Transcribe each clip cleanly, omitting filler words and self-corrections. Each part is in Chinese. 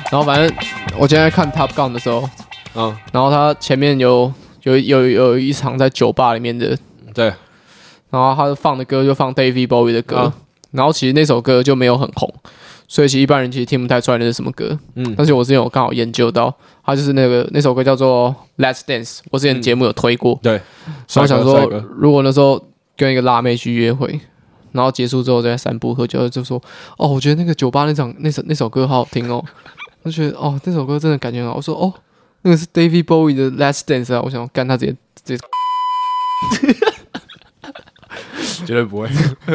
然后反正我今天在看 Top Gun 的时候，然后他前面有一场在酒吧里面的， 对， 然后他放的歌就放 David Bowie 的歌，然后其实那首歌就没有很红，所以其实一般人其实听不太出来那是什么歌。但是我之前有刚好研究到，他就是那首歌叫做 Let's Dance， 我之前节目有推过。 对， 所以我想说，如果那时候跟一个辣妹去约会，然后结束之后再散步喝酒，就说哦，我觉得那个酒吧那首歌好好听哦，我就觉得哦，那首歌真的感觉很好。我说哦，那个是 David Bowie 的 Let's Dance 啊，我想干他直接绝对不会。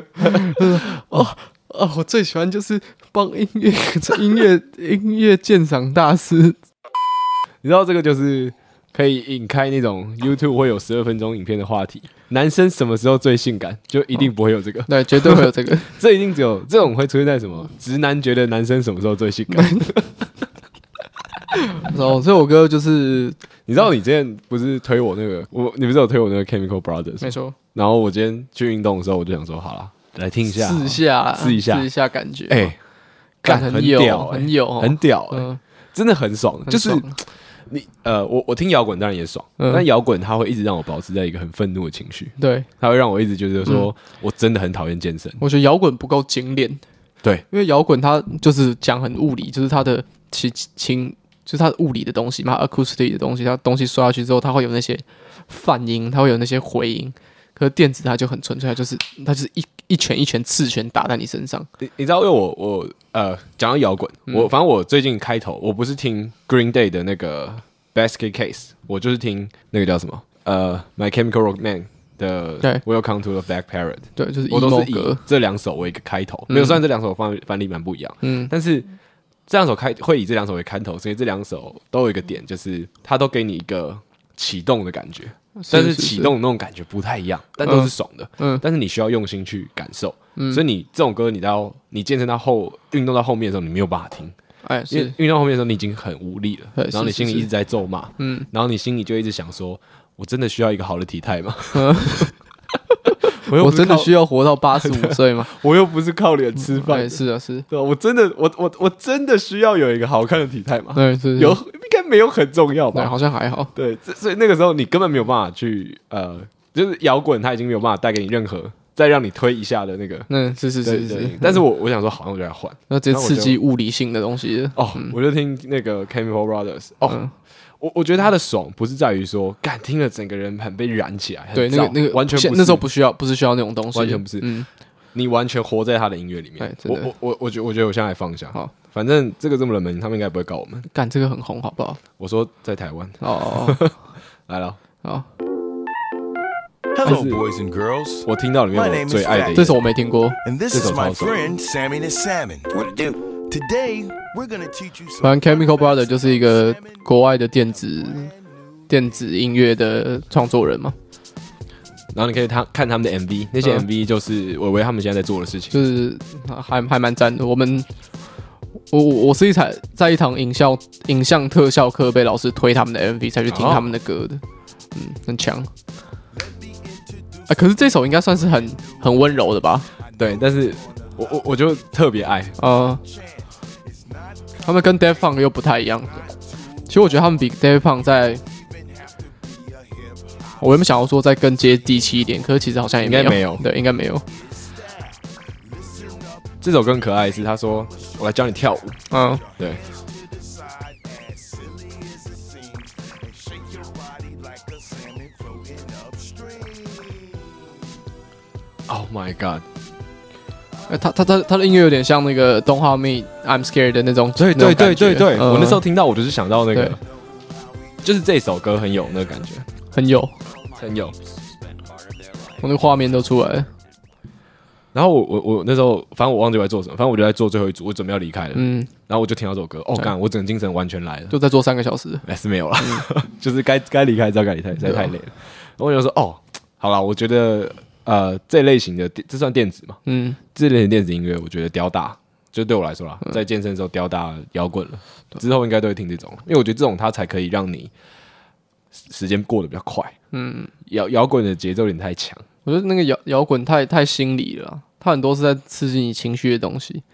我最喜欢就是帮音乐鉴赏大师。 你知道这个就是可以引开那种 YouTube 会有12分钟影片的话题。男生什么时候最性感，就一定不会有这个。 对，绝对会有这个。 这一定只有这种会出现在什么？直男觉得男生什么时候最性感？ 这首歌就是， 你知道你之前不是推我那个，你不是有推我那个 Chemical Brothers？ 没错。然后我今天去运动的时候，我就想说，好啦，来听一下， 试一下感觉。很屌，真的很爽。就是你我听摇滚当然也爽，但摇滚它会一直让我保持在一个很愤怒的情绪。对，它会让我一直觉得说，我真的很讨厌健身。 我觉得摇滚不够精炼。对，因为摇滚它就是讲很物理，就是它的就是它的物理的东西嘛 ，acoustic 的东西，它东西刷下去之后，它会有那些泛音，它会有那些回音。可是电子它就很纯粹，它就是一拳一拳刺拳打在你身上。 你知道，因为我讲到摇滚，反正我最近开头我不是听 Green Day 的那个 Basket Case， 我就是听那个叫什么My Chemical Romance 的 Welcome to the Black Parade。 对，就是我都是以这两首为一个开头，没有，虽然这两首翻例蛮不一样，但是这两首会以这两首为开头，所以这两首都有一个点，就是它都给你一个启动的感觉。但是启动的那种感觉不太一样，但都是爽的。但是你需要用心去感受，所以你这种歌，你健身到运动到后面的时候，你没有办法听，因为运动到后面的时候你已经很无力了，然后你心里一直在咒骂，然后你心里就一直想说，我真的需要一个好的体态吗？ 我真的需要活到85岁吗？ 我又不是靠脸吃饭。 是啊，是。 对，我真的需要有一个好看的体态吗？ 对，是。 应该没有很重要吧？ 对，好像还好。 对，所以那个时候你根本没有办法去就是摇滚，它已经没有办法带给你任何再让你推一下的那个。是。但是我想说，好像我就要换， 那直接刺激物理性的东西。 我就听那个 Chemical Brothers。我觉得他的爽不是在于说，干听了整个人很被燃起来， 对，那个完全不是， 那时候不需要那种东西， 完全不是。你完全活在他的音乐里面。我觉得我现在来放一下，好，反正这个这么冷门，他们应该不会告我们。 干这个很红，好不好？ 我说在台湾。来了，好。 Hello, boys and girls. 我听到里面我最爱的这首我没听过， 这首超爽。Sammy the Salmon.What to do?Today, we're gonna teach you some. 反正 Chemical Brothers 就是一个国外的电子音乐的创作人嘛。 然后你可以看他们的 MV， 那些 MV 就是我以为他们现在在做的事情， 就是还蛮赞的。我是在一堂影像特效课被老师推他们的 MV 才去听他们的歌的，很强。可是这首应该算是很温柔的吧？ 对，但是我就特别爱他们跟 Daft Punk 又不太一样。其实我觉得他们比 Daft Punk 我原本想要说再更接地气一点，可是其实好像也没有。对，应该没有。 这首歌很可爱，是他说我来教你跳舞。对。Oh my god！ 他的音乐有点像那个动画妹 I'm Scared 的那种。对， 我那时候听到我就是想到那个，就是这首歌很有那个感觉， 很有， 我那个画面都出来了。 然后我那时候反正我忘记我在做什么，反正我就在做最后一组，我准备要离开了。然后我就听到这首歌，干，我整个精神完全来了， 就在做3个小时， 还是没有了，就是该离开，知道该离开，实在太累了。然后我就说好啦，我觉得这类型的这算电子嘛？这类型的电子音乐，我觉得屌打，就对我来说啦，在健身的时候屌打摇滚了，之后应该都会听这种，因为我觉得这种它才可以让你时间过得比较快。摇滚的节奏有点太强。我觉得那个摇滚太心理了，它很多是在刺激你情绪的东西。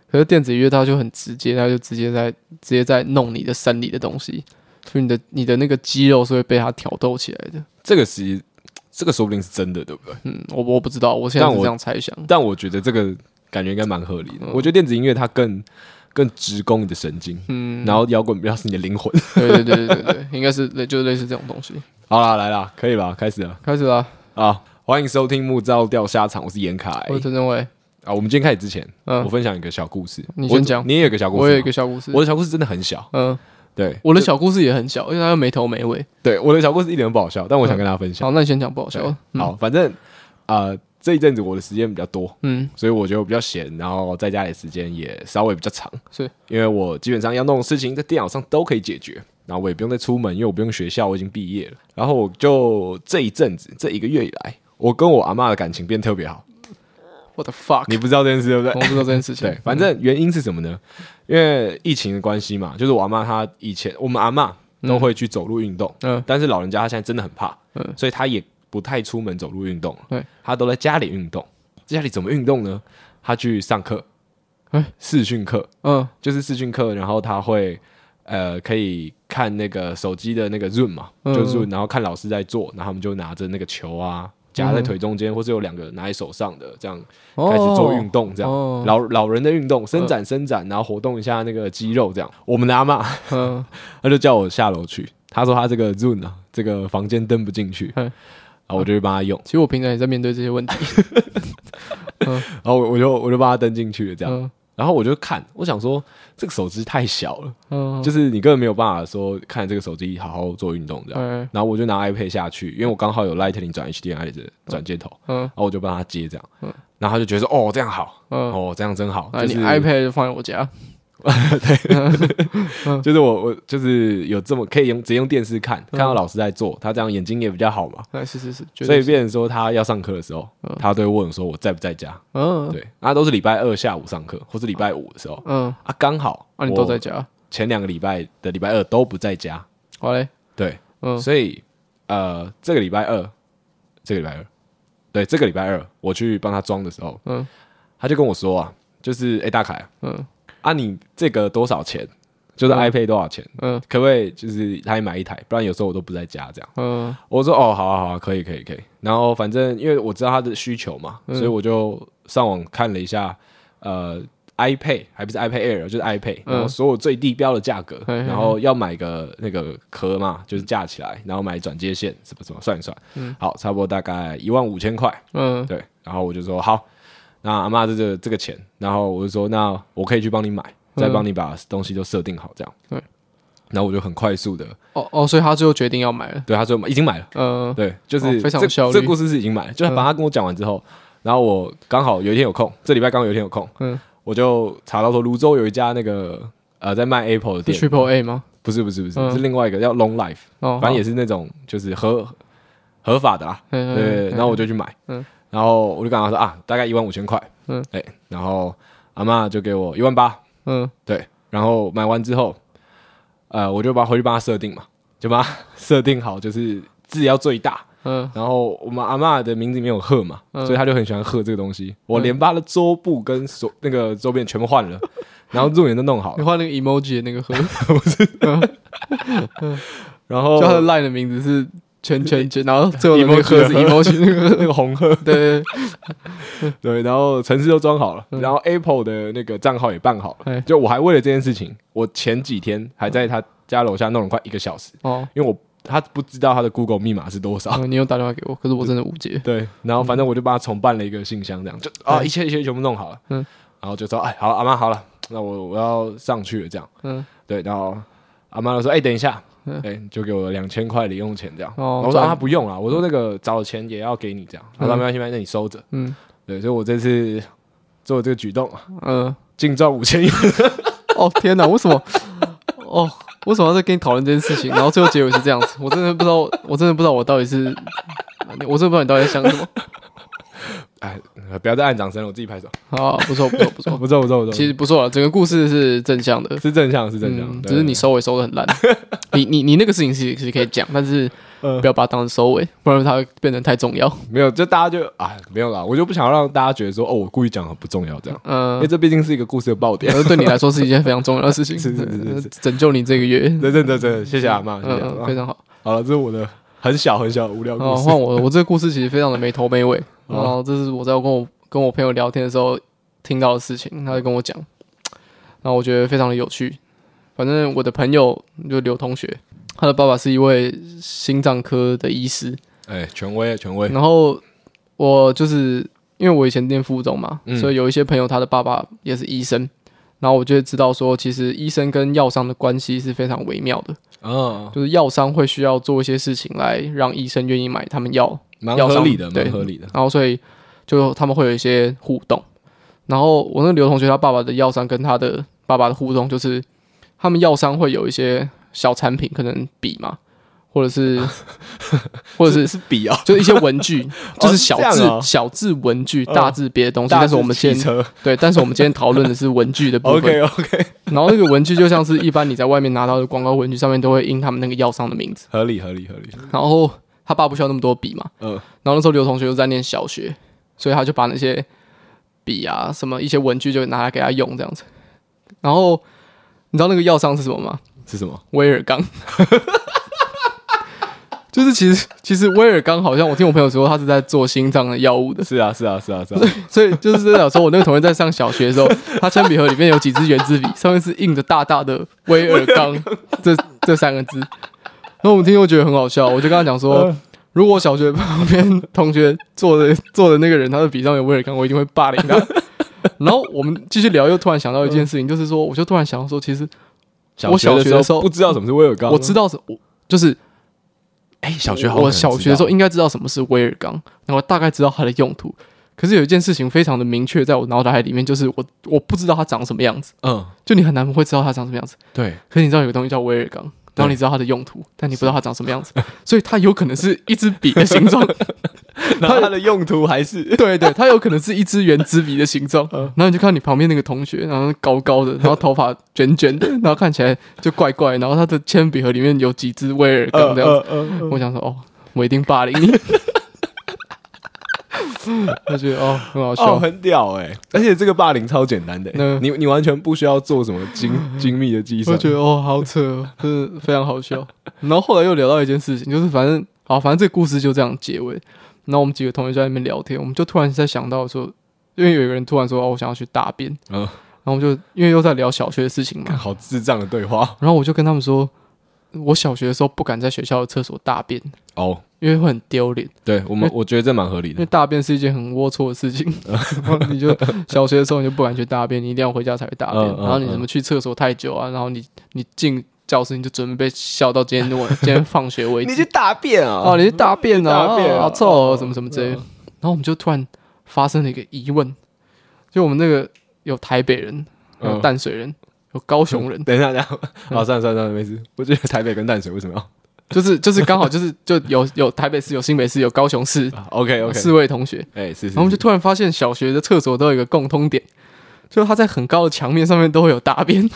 可是电子音乐它就很直接，它就直接在弄你的生理的东西，所以你的那个肌肉是会被它挑逗起来的。 这个说不定是真的，对不对？ 我不知道，我现在是这样猜想。 但我觉得这个感觉应该蛮合理的。我觉得电子音乐它更直攻你的神经，然后摇滚比较是你的灵魂。 对，应该是就是类似这种东西。 好啦，来啦，可以吧？开始了啊！欢迎收听木造钓虾场，我是严凯， 我是陈正伟啊。我们今天开始之前，我分享一个小故事。 你先讲， 你也有个小故事， 我也有一个小故事。 我的小故事真的很小，对， 我的小故事也很小，因为它又没头没尾。 对，我的小故事一点都不好笑，但我想跟大家分享。 好，那你先讲不好笑。 好，反正这一阵子我的时间比较多，所以我就比较闲，然后在家里的时间也稍微比较长， 是因为我基本上要弄的事情在电脑上都可以解决，然后我也不用再出门，因为我不用学校，我已经毕业了。然后我就这一阵子这1个月以来，我跟我阿嬷的感情变特别好。 What the fuck？ 你不知道这件事对不对？ 我不知道这件事情。 对，反正原因是什么呢？因为疫情的关系嘛，就是我阿嬷她以前我们阿嬷都会去走路运动，但是老人家她现在真的很怕，所以她也不太出门走路运动，她都在家里运动。家里怎么运动呢？她去上课，视讯课，就是视讯课，然后她会可以看那个手机的那个 Zoom 嘛，就 Zoom，然后看老师在做，然后他们就拿着那个球啊。夹在腿中间，或是有2个拿在手上的，这样开始做运动，这样老人的运动，伸展，然后活动一下那个肌肉，这样。我们的阿嬷，他就叫我下楼去，他说他这个 Zoom 啊，这个房间登不进去，然后我就去帮他用。 其实我平常也在面对这些问题， 然后我就帮他登进去了，这样。然后我就看，我想说这个手机太小了，就是你根本没有办法说看这个手机好好做运动这样。然后我就拿 iPad 下去，因为我刚好有 Lightning 转 HDMI 的转接头，然后我就帮他接这样。然后他就觉得说哦这样好，这样真好。就是、 你 iPad 就放在我家。 对，就是我就是有这么可以直接用电视看到老师在做，他这样眼睛也比较好嘛。 是， 所以变成说他要上课的时候，他都会问说我在不在家。对，那都是礼拜2下午上课，或是礼拜5的时候。刚好你都在家。 前2个礼拜的礼拜2都不在家。 好嘞。 对，所以这个礼拜二，对，这个礼拜2我去帮他装的时候，他就跟我说啊，就是大凯，你这个多少钱？就是 iPad 多少钱？可不可以就是他也买一台？不然有时候我都不在家这样。我说好啊，可以。然后反正因为我知道他的需求嘛，所以我就上网看了一下iPad 还不是 iPad Air， 就是 iPad，然后所有最低标的价格，然后要买个那个壳嘛，就是架起来，然后买转接线什么算一算，好，差不多大概15000块。对，然后我就说好。那阿嬷这个钱，然后我就说，那我可以去帮你买，再帮你把东西都设定好，这样。对，然后我就很快速的， 所以他最后决定要买了。 对，他最后已经买了。对，就是非常有效率。 这故事是已经买了，就是把他跟我讲完之后，然后我刚好有一天有空，这礼拜刚好有一天有空，我就查到说泸州有一家那个在卖 Apple 的店 ，Triple A 吗？ 不是，是另外一个叫 Long Life，反正也是那种就是合法的啦。对，然后我就去买。然后我就跟他说大概15000块，然后阿嬷就给我18000，对，然后买完之后，我就回去帮他设定嘛，就帮他设定好，就是字要最大，然后我们阿嬷的名字里面有鹤嘛，所以他就很喜欢鹤这个东西，我连把他的桌布跟那个周边全部换了，然后入眼都弄好了， 你换那个 emoji 的那个鹤， 不是，然后就他的 line 的名字是。圈，然后最后那个鹤是 emoji 那个红鹤， 对， 然后程式都装好了，然后 Apple 的那个账号也办好了，就我还为了这件事情，我前几天还在他家楼下弄了快1个小时，因为他不知道他的 Google 密码是多少， 你有打电话给我，可是我真的误解， 对，然后反正我就帮他重办了一个信箱，这样就一切全部弄好了，然后就说好了，阿嬷好了，那我要上去了，这样，对，然后阿嬷就说等一下。就给我2000块零用钱这样。我说他不用啦，我说那个找钱也要给你这样。他说没关系，那你收着。对，所以我这次做这个举动，净赚5000元。 天哪，为什么？为什么要在跟你讨论这件事情？然后最后结尾是这样子，我真的不知道，我到底是，我真的不知道你到底在想什么。 哎，不要再按掌声了，我自己拍手。 好，不错。 不错。 其实不错了，整个故事是正向的， 是正向， 只是你收尾收的很烂。你那个事情是可以讲，但是不要把它当成收尾，不然它会变得太重要。 没有，就大家就没有啦，我就不想让大家觉得说我故意讲很不重要这样。因为这毕竟是一个故事的爆点， 对你来说是一件非常重要的事情， 是拯救你这个月。 真的，谢谢阿嬷， 非常好。 好了，这是我的很小的无聊故事。 换我这个故事其实非常的没头没尾。然后这是我在跟我朋友聊天的时候听到的事情，他就跟我讲，然后我觉得非常的有趣。反正我的朋友就刘同学，他的爸爸是一位心脏科的医师， 权威。 然后我就是因为我以前念附中嘛，所以有一些朋友他的爸爸也是医生，然后我就会知道说，其实医生跟药商的关系是非常微妙的。就是药商会需要做一些事情来让医生愿意买他们药， 蛮合理的。 然后所以就他们会有一些互动。然后我那个刘同学他爸爸的药商跟他的爸爸的互动，就是他们药商会有一些小产品，可能笔嘛，或者是是笔啊， 就是一些文具，就是小字文具，大字别的东西。但是我们今天讨论的是文具的部分。 OK。 然后那个文具就像是一般你在外面拿到的广告文具，上面都会印他们那个药商的名字。 合理。 然后他爸不需要那么多笔嘛，然后那时候刘同学又在念小学，所以他就把那些笔啊什么一些文具就拿来给他用这样子。然后你知道那个药商是什么吗？ 是什么？ 威尔刚。就是其实威尔刚好像我听我朋友说他是在做心脏的药物的。是啊。所以就是真的说，我那个同学在上小学的时候，他铅笔盒里面有几支原子笔，上面是印着大大的威尔刚这三个字。然后我们听又觉得很好笑，我就跟他讲说，如果小学旁边同学坐的那个人他的笔上有威尔刚，我一定会霸凌他。然后我们继续聊，又突然想到一件事情，就是说，我就突然想到说，其实我小学的时候不知道什么是威尔刚， 我知道就是我小学的时候应该知道什么是威尔刚，然后大概知道它的用途。可是有一件事情非常的明确，在我脑海里面，就是我不知道它长什么样子。就你很难会知道它长什么样子。对。可是你知道有个东西叫威尔刚，然后你知道它的用途，但你不知道它长什么样子，所以它有可能是一支笔的形状。 然后它的用途还是对，它有可能是一支圆珠笔的形状。然后你就看你旁边那个同学，然后高高的，然后头发卷卷的，然后看起来就怪怪，然后他的铅笔盒里面有几支威尔刚这样子。我想说，我一定霸凌你。我觉得很好笑， 很屌而且这个霸凌超简单的，你完全不需要做什么精密的计算。 我觉得好扯，真的非常好笑。然后后来又聊到一件事情，就是反正这个故事就这样结尾。然后我们几个同学在那边聊天，我们就突然在想到说，因为有一个人突然说我想要去大便，然后我们就因为又在聊小学的事情嘛， 好智障的对话。 然后我就跟他们说，我小学的时候不敢在学校的厕所大便因为会很丢脸。 对我觉得这蛮合理的， 因为大便是一件很龌龊的事情。然后你就小学的时候你就不敢去大便，你一定要回家才会大便。然后你怎么去厕所太久啊？然后你进教室你就准备被笑到今天放学为止。 你去大便啊？ 你去大便啊？好臭什么什么之类的。然后我们就突然发生了一个疑问，就我们那个有台北人，有淡水人，有高雄人。 等一下，算了，没事。我觉得台北跟淡水为什么要？ 就是刚好就有台北市，有新北市，有高雄市。 OK， 4位同学。 是。 然后我们就突然发现小学的厕所都有一个共通点，就是它在很高的墙面上面都会有大便。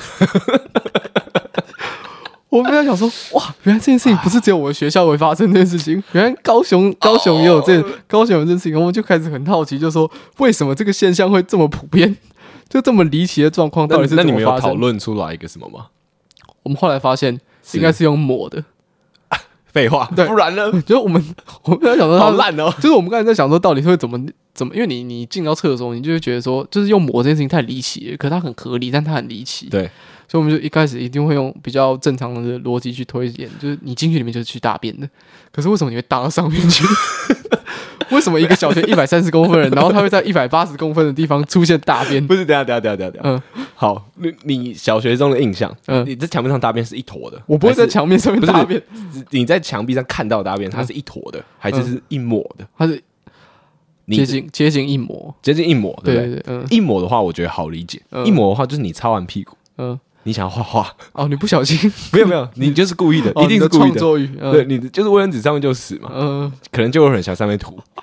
我们在想说，哇，原来这件事情不是只有我的学校会发生这件事情，原来高雄也有高雄有这件事情。我们就开始很好奇，就说为什么这个现象会这么普遍，就这么离奇的状况到底是怎么发生？那你们有讨论出来一个什么吗？ 我们后来发现应该是用抹的。 废话，不然呢？ 就是我们在想说， 好烂哦。 就是我们刚才在想说，到底会怎么？因为你进到厕所，你就会觉得说，就是用抹这件事情太离奇了，可是它很合理，但它很离奇。 对， 所以我们就一开始一定会用比较正常的逻辑去推演，就是你进去里面就是去大便的，可是为什么你会大到上面去？为什么一个小学130公分的人，然后他会在180公分的地方出现大便？ 不是，等一下。好，你小学中的印象，你在墙壁上大便是一坨的， 我不会在墙面上面大便。 你在墙壁上看到大便，它是一坨的，还是是一抹的？ 它是接近一抹， 接近一抹，对不对？ 对， 一抹的话，我觉得好理解。一抹的话，就是你擦完屁股，你想要画画你不小心， 没有，你就是故意的，一定是故意的。 创作欲， 对，你就是卫生纸上面就屎嘛，可能就有人想上面涂，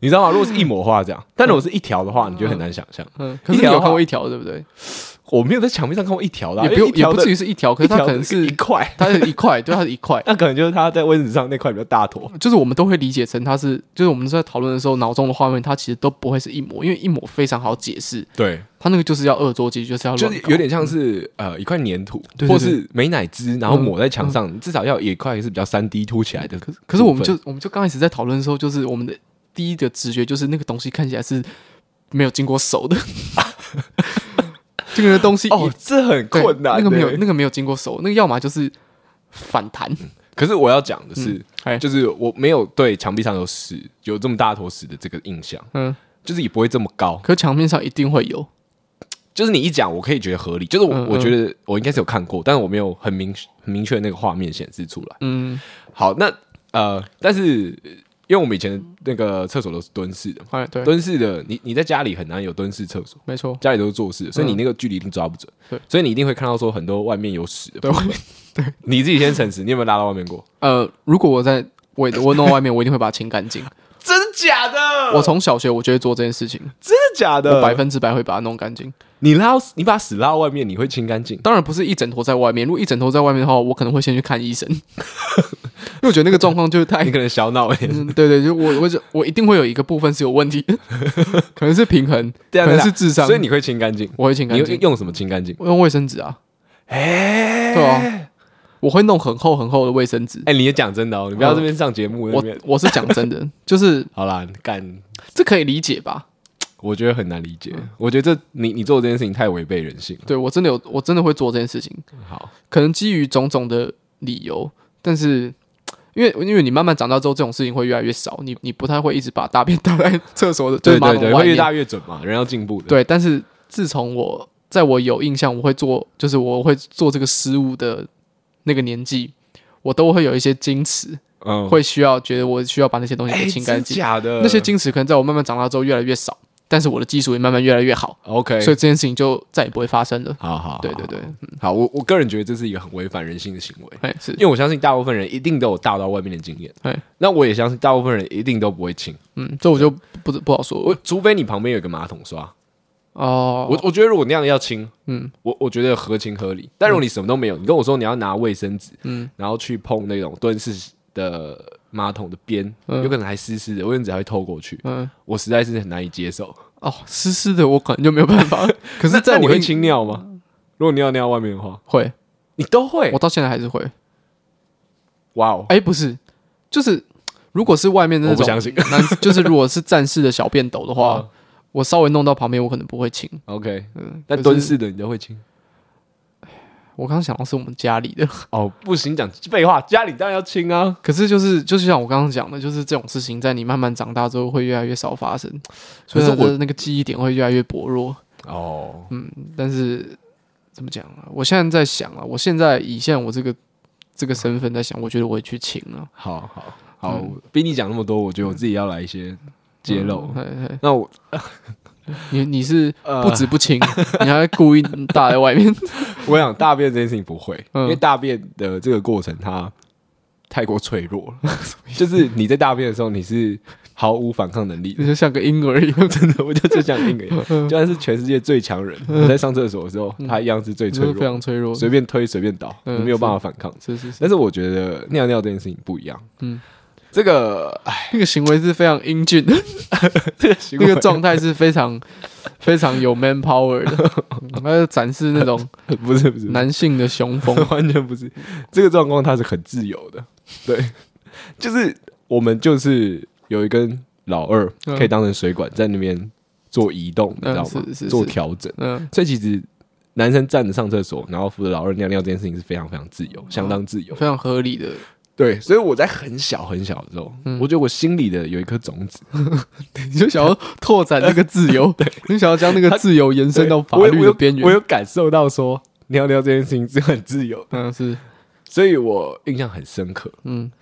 你知道吗？如果是一抹画这样，但如果是一条的话，你就很难想象。 可是你有看过一条对不对？ 我没有在墙壁上看过一条的， 也不至于是一条，可是它可能是一块， 它是一块，对，它是一块。 那可能就是它在卫生纸上那块比较大坨， 就是我们都会理解成它是，就是我们在讨论的时候，脑中的画面它其实都不会是一模，因为一模非常好解释。 对， 它那个就是要恶作剧，就是要就是有点像是一块粘土，或是美乃滋，然后抹在墙上，至少要有一块是比较3D 凸起来的。 可是我们就刚开始在讨论的时候，就是我们的第一个直觉就是那个东西看起来是没有经过手的。这个东西这很困难。 那个没有经过手，那个要么就是反弹。 可是我要讲的是，就是我没有对墙壁上有屎，有这么大坨屎的这个印象。就是也不会这么高。 可是墙面上一定会有。 就是你一讲，我可以觉得合理。就是我觉得我应该是有看过，但是我没有很明确的那个画面显示出来。好，那但是。因为我们以前那个厕所都是蹲式的， 对， 蹲式的你在家里很难有蹲式厕所， 没错， 家里都是坐式的，所以你那个距离一定抓不准，对，所以你一定会看到说很多外面有屎的，对，你自己先诚实，你有没有拉到外面过？ 如果我弄到外面，我一定会把它清干净。 真的假的？ 我从小学我就会做这件事情。 真的假的？ 我100%会把它弄干净。 你把屎拉到外面，你会清干净？ 当然不是一整坨在外面。如果一整坨在外面的话，我可能会先去看医生，因为我觉得那个状况就是你可能小脑对，就我一定会有一个部分是有问题的，可能是平衡，可能是智商， 所以你会清干净？ 我会清干净。 你用什么清干净？ 我用卫生纸啊。对啊。我会弄很厚很厚的卫生纸。 你也讲真的哦，你不要这边上节目那边。 我是讲真的，就是好啦，干这可以理解吧？ 我觉得很难理解。我觉得你做这件事情太违背人性了。 对，我真的会做这件事情。 好， 可能基于种种的理由，但是因为你慢慢长大之后，这种事情会越来越少。你不太会一直把大便倒在厕所的，对， 会越大越准嘛，人要进步的。 对，但是自从在我有印象，我会做这个失误的那个年纪，我都会有一些矜持，会觉得我需要把那些东西给清干净。 假的， 那些矜持可能在我慢慢长大之后越来越少，但是我的技术也慢慢越来越好。 OK， 所以这件事情就再也不会发生了。 好， 对， 好，我个人觉得这是一个很违反人性的行为。 是因为我相信大部分人一定都有大到外面的经验。那我也相信大部分人一定都不会清。 这我就不好说。 除非你旁边有一个马桶刷。 哦， 我觉得如果那样要清，我觉得合情合理。但如果你什么都没有，你跟我说你要拿卫生纸，然后去碰那种蹲式的马桶的边，有可能还湿湿的，卫生纸还会透过去，我实在是很难以接受。 湿湿的我可能就没有办法。可是你会清尿吗？如果你要尿外面的话， 会， 你都会？ 我到现在还是会。 哇哦！ 不是，就是如果是外面的那种， 我不相信。 就是如果是站式的小便斗的话。我稍微弄到旁边，我可能不会清。 OK， 但蹲式的你都会清。 我刚刚想到是我们家里的。 不行，讲废话，家里当然要清啊。 可是就像我刚刚讲的，就是这种事情在你慢慢长大之后会越来越少发生，所以我的那个记忆点会越来越薄弱。但是怎么讲啊？我现在在想啊，我现在我这个身份在想，我觉得我会去清啊。 好，逼你讲那么多，我觉得我自己要来一些。揭露，那我你是不止不清，你还故意大在外面。 我想大便这件事情不会，因为大便的这个过程它太过脆弱了，就是你在大便的时候你是毫无反抗能力的， 就像个婴儿一样， 真的，我就像婴儿一样，就算是全世界最强人，在上厕所的时候，他一样是最脆弱， 非常脆弱， 随便推随便倒，你没有办法反抗。 是， 但是我觉得尿尿这件事情不一样，这个那个行为是非常英俊的，那个状态是非常非常有 man power 的，它展示那种不是男性的雄风， 完全不是。这个状况它是很自由的，对，就是我们就是有一根老二可以当成水管在那边做移动，你知道吗？做调整，所以其实男生站着上厕所，然后扶着老二尿尿这件事情是非常非常自由，相当自由， 非常合理的。 对，所以我在很小的时候，我觉得我心里的有一颗种子， 你就想要拓展那个自由，你想要将那个自由延伸到法律的边缘。 我有感受到说尿尿这件事情是很自由的， 是， 所以我印象很深刻。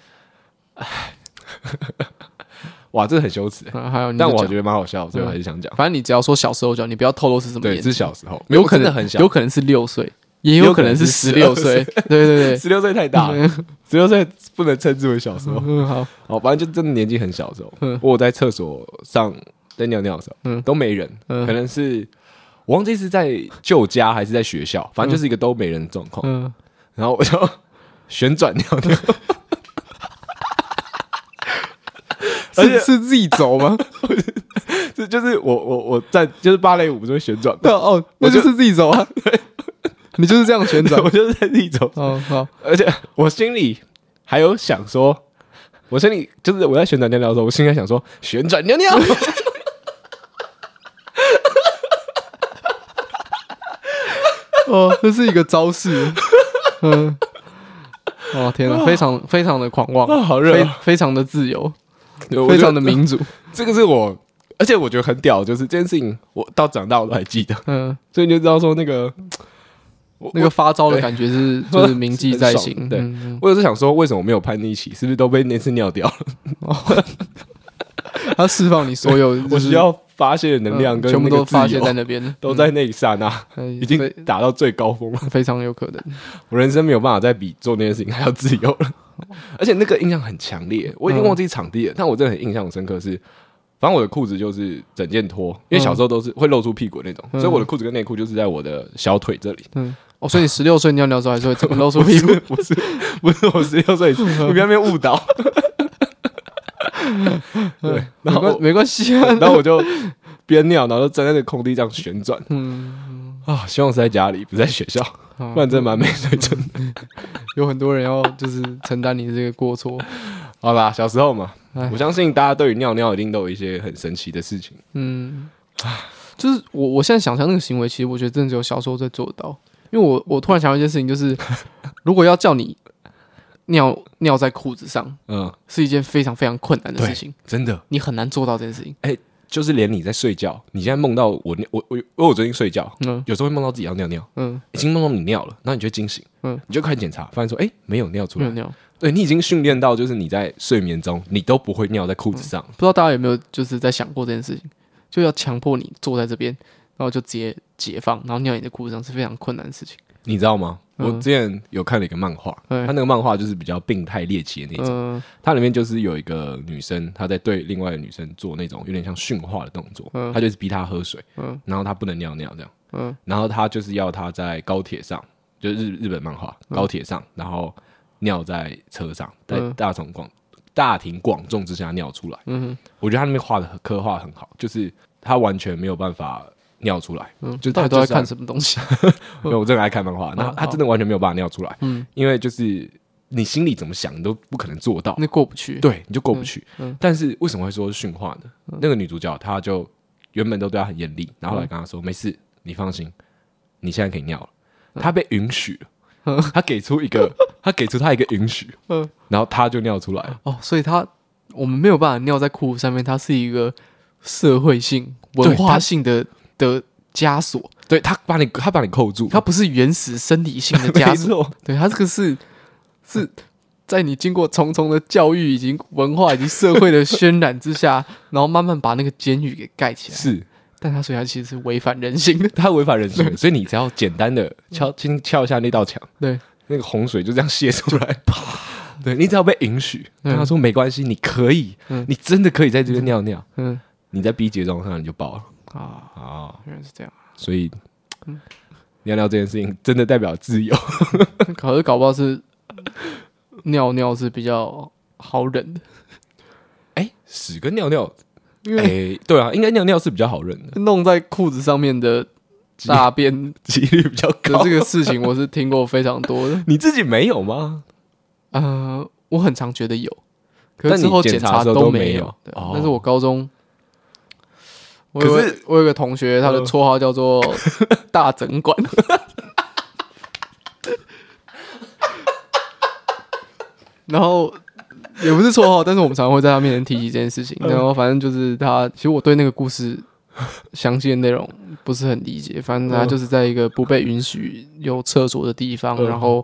哇，这很羞耻。 还有， 但我觉得蛮好笑，所以我还是想讲。 反正你只要说小时候讲，你不要透露是什么年纪。 对，是小时候， 有可能很小， 有可能是6岁。 也有可能是16岁。对对对 ，16岁太大了，16岁不能称之为小时候。好，反正就真的年纪很小的时候，我在厕所上在尿尿的时候，都没人，可能是我忘记是在旧家还是在学校，反正就是一个都没人的状况。然后我就旋转尿尿。 是自己走吗？ 就是我在就是芭蕾舞不是会旋转吗？ 哦，那就是自己走啊。对，你就是这样旋转， 我就是在自己走。 哦，好。 而且我心里还有想说，我心里就是我在旋转尿尿的时候，我心里想说旋转尿尿。 哦，这是一个招式。哦天哪，非常非常的狂妄， 好热， 非常的自由。非常的民主， 这个是我，而且我觉得很屌，就是这件事情，我到长大我都还记得，所以你就知道说那个发招的感觉就是铭记在心。 对，我有时想说，为什么没有叛逆期？是不是都被那次尿掉了？ 他释放你所有， 我需要发泄的能量跟全部都发泄在那边， 都在那一刹那，已经达到最高峰了， 非常有可能。 我人生没有办法再比做那件事情还要自由了。而且那个印象很强烈，我已经忘记场地了，但我真的很印象深刻是，反正我的裤子就是整件脱，因为小时候都是会露出屁股那种，所以我的裤子跟内裤就是在我的小腿这里。 所以你16岁尿尿的时候还是会整个露出屁股？ 不是我16岁，你不要被误导。对，然后没关系啊， 然后我就边尿，然后就站在那个空地这样旋转。希望是在家里，不在学校，不然真的蛮没水准的。 有很多人要就是承担你的这个过错。 好啦，小时候嘛，我相信大家对于尿尿一定都有一些很神奇的事情。 就是我现在想象那个行为，其实我觉得真的只有小时候在做得到。因为我突然想到一件事情，就是如果要叫你尿在裤子上，是一件非常非常困难的事情， 真的，你很难做到这件事情。 就是连你在睡觉，你现在梦到我最近睡觉，有时候会梦到自己要尿尿，已经梦到你尿了，然后你就惊醒，你就开始检查，发现说，没有尿出来，对，你已经训练到，就是你在睡眠中，你都不会尿在裤子上。 不知道大家有没有就是在想过这件事情，就要强迫你坐在这边，然后就直接解放，然后尿你的裤子上是非常困难的事情。 你知道吗？我之前有看了一个漫画，他那个漫画就是比较病态猎奇的那种，它里面就是有一个女生，她在对另外一个女生做那种有点像驯化的动作，她就是逼她喝水，然后她不能尿尿这样，然后她就是要她在高铁上，就是日本漫画，高铁上，然后尿在车上，在大庭广众之下尿出来。我觉得他那边刻画很好，就是他完全没有办法尿出来，就大家都在看什么东西？ 我真的爱看漫画，那他真的完全没有办法尿出来，因为就是你心里怎么想，你都不可能做到， 那过不去， 对，你就过不去。但是为什么会说是驯化呢？那个女主角她就原本都对她很严厉，然后来跟她说：“没事，你放心，你现在可以尿了。”她被允许了，她给出她一个允许，然后她就尿出来了。 所以我们没有办法尿在裤子上面，它是一个社会性、文化性的枷锁。 对，他把你扣住， 它不是原始生理性的枷锁。对，它这个是在你经过重重的教育、以及文化以及社会的渲染之下，然后慢慢把那个监狱给盖起来。 是， 但所以它其实是违反人性的， 它违反人性的，所以你只要简单的敲一下那道墙， 对， 那个洪水就这样泄出来，啪！对，你只要被允许，跟他说没关系，你可以，你真的可以在这边尿尿，你在 B 节状上你就爆了原来是这样， 所以尿尿这件事情真的代表自由， 可是搞不好是尿尿是比较好忍的， 屎跟尿尿，对啊，应该尿尿是比较好忍的， 弄在裤子上面的大便几率比较高， 这个事情我是听过非常多的。 你自己没有吗？ 我很常觉得有，可是之后检查都没有。但是我高中，我有个同学，他的绰号叫做大整管，然后也不是绰号，但是我们常常会在他面前提起这件事情。然后反正就是他，其实我对那个故事详细的内容不是很理解。反正他就是在一个不被允许有厕所的地方，然后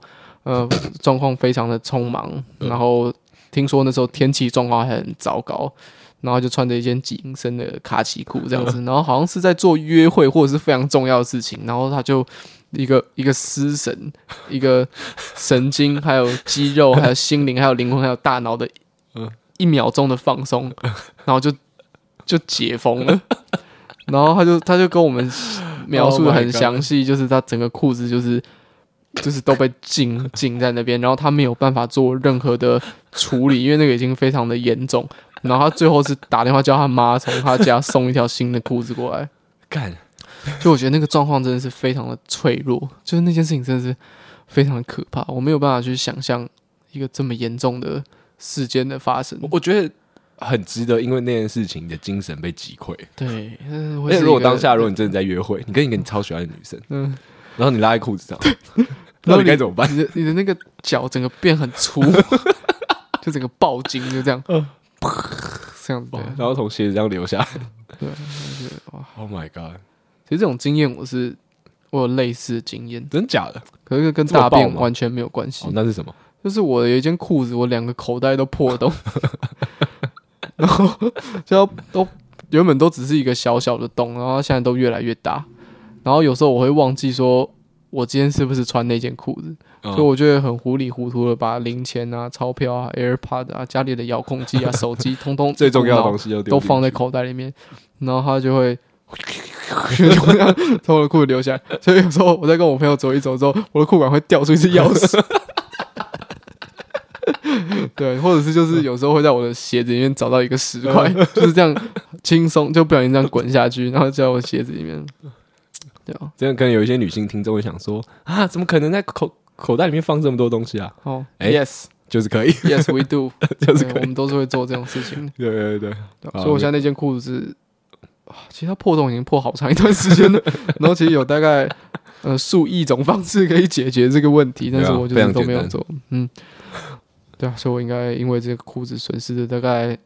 状况非常的匆忙，然后听说那时候天气状况还很糟糕， 然后就穿着一件紧身的卡其裤这样子，然后好像是在做约会或者是非常重要的事情，然后他就一个失神，一个神经，还有肌肉，还有心灵，还有灵魂，还有大脑的1秒钟的放松，然后就解封了。然后他就跟我们描述的很详细，就是他整个裤子就是都被禁在那边，然后他没有办法做任何的处理，因为那个已经非常的严重。然后他最后是打电话叫他妈从他家送一条新的裤子过来。 干， 就我觉得那个状况真的是非常的脆弱，就是那件事情真的是非常的可怕，我没有办法去想象一个这么严重的事件的发生。 我觉得很值得，因为那件事情你的精神被击溃。 对， 而且如果当下如果你真的在约会，你跟一个你超喜欢的女生，然后你拉在裤子上，那你该怎么办？ 你的那个脚整个变很粗，就整个爆筋，就这样，这样子， 然后从鞋子这样流下来。 对， 哇 ，Oh my god！ 其实这种经验我有类似的经验， 真假的？ 可是跟大便完全没有关系。 那是什么？ 就是我有一件裤子，我2个口袋都破洞，然后就都原本都只是一个小小的洞，然后现在都越来越大。然后有时候我会忘记说，我今天是不是穿那件裤子，所以我就会很糊里糊涂的把零钱啊、钞票啊、AirPod 啊、家里的遥控器啊、手机，通通最重要的东西都放在口袋里面，然后他就会从我的裤子流下来。所以有时候我在跟我朋友走一走之后，我的裤管会掉出一只钥匙。对，或者是就是有时候会在我的鞋子里面找到一个10块，就是这样轻松就不小心这样滚下去，然后在我鞋子里面。对啊， 这样可能有一些女性听众会想说啊，怎么可能在口袋里面放这么多东西啊？ 哦 ，yes， 就是可以 ，yes we do， 就是可以， 我们都是会做这种事情的。 对， 所以我现在那件裤子其实它破洞已经破好长一段时间了，然后其实有大概数亿种方式可以解决这个问题，但是我就是都没有做。对啊，所以我应该因为这个裤子损失了大概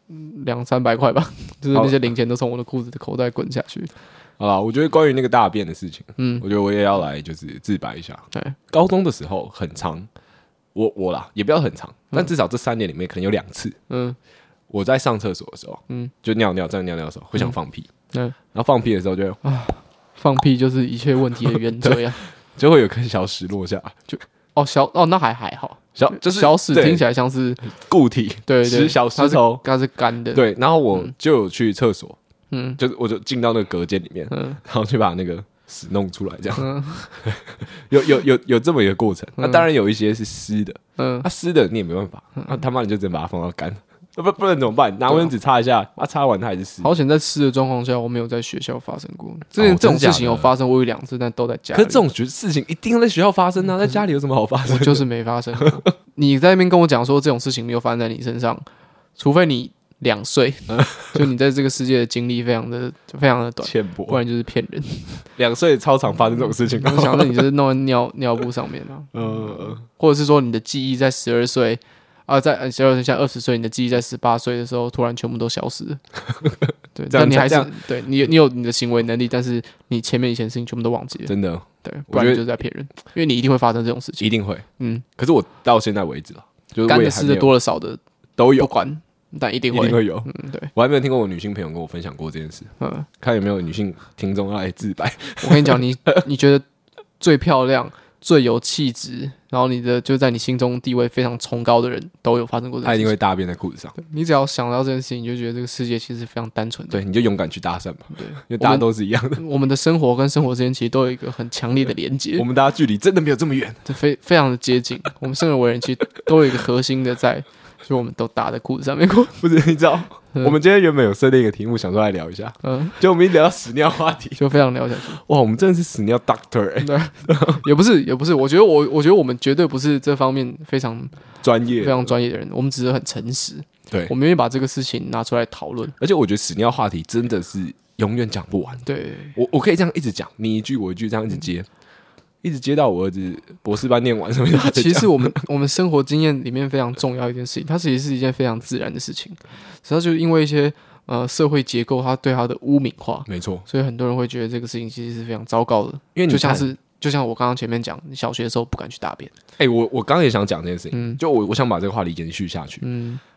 200-300块吧，就是那些零钱都从我的裤子的口袋滚下去。 好啦，我觉得关于那个大便的事情，我觉得我也要来就是自白一下。高中的时候很长，我啦也不要很长，但至少这3年里面可能有2次，我在上厕所的时候，就尿尿在尿尿的时候会想放屁，然后放屁的时候就放屁就是一切问题的原则呀， 就会有颗小石落下，就那还好。 就是小屎听起来像是固体，对，小石头， 它是干的。 对，然后我就有去厕所，就是我就进到那个隔间里面，然后去把那个屎弄出来，这样，有这么一个过程。那当然有一些是湿的，湿的你也没办法，那他妈你就只能把它放到干。不然怎么办？拿卫生纸擦一下，擦完它还是湿。 好险在湿的状况下，我没有在学校发生过。这种事情有发生过1-2次，但都在家里。 可是这种事情一定要在学校发生啊，在家里有什么好发生？ 我就是没发生过。你在那边跟我讲说这种事情没有发生在你身上，除非你2岁，就你在这个世界的经历非常的短， 浅薄， 不然就是骗人。 2岁操场发生这种事情， 我想着你就是弄在尿布上面啊，或者是说你的记忆在12岁。在12岁，现在20岁，你的记忆在18岁的时候突然全部都消失了。对，但你还是对你有你的行为能力，但是你前面以前的事情全部都忘记了。 真的， 对，不然你就是在骗人，因为你一定会发生这种事情， 一定会。可是我到现在为止就是干的、湿的、多的、少的都有， 不管，但一定会有。 对， 我还没有听过我女性朋友跟我分享过这件事。看有没有女性听众要来自白。 我跟你讲，你觉得最漂亮、最有气质，然后你的就在你心中地位非常崇高的人都有发生过这件事情， 他一定会大便在裤子上。 你只要想到这件事情，你就觉得这个世界其实非常单纯的。 对，你就勇敢去搭讪吧。对，因为大家都是一样的。 我们的生活跟生活之间其实都有一个很强烈的连接。 我们大家距离真的没有这么远， 非常的接近。我们生而为人，其实都有一个核心的在，所以我们都搭在裤子上面过。 不是，你知道？我们今天原本有设定一个题目，想说来聊一下，就我们一聊到屎尿话题， 就非常聊下去。 哇，我们真的是屎尿 doctor 对，也不是，我觉得我们绝对不是这方面非常专业的人，我们只是很诚实。 对， 我们愿意把这个事情拿出来讨论。 而且我觉得屎尿话题真的是永远讲不完。 对， 我可以这样一直讲，你一句我一句，这样一直接。一直接到我儿子博士班念完什么的。 其实我们生活经验里面非常重要一件事情，它其实是一件非常自然的事情，只要就是因为一些社会结构它对它的污名化， 没错， 所以很多人会觉得这个事情其实是非常糟糕的， 因为你就像我刚刚前面讲，你小学的时候不敢去大便。 我刚刚也想讲这件事情，就我想把这个话题延续下去。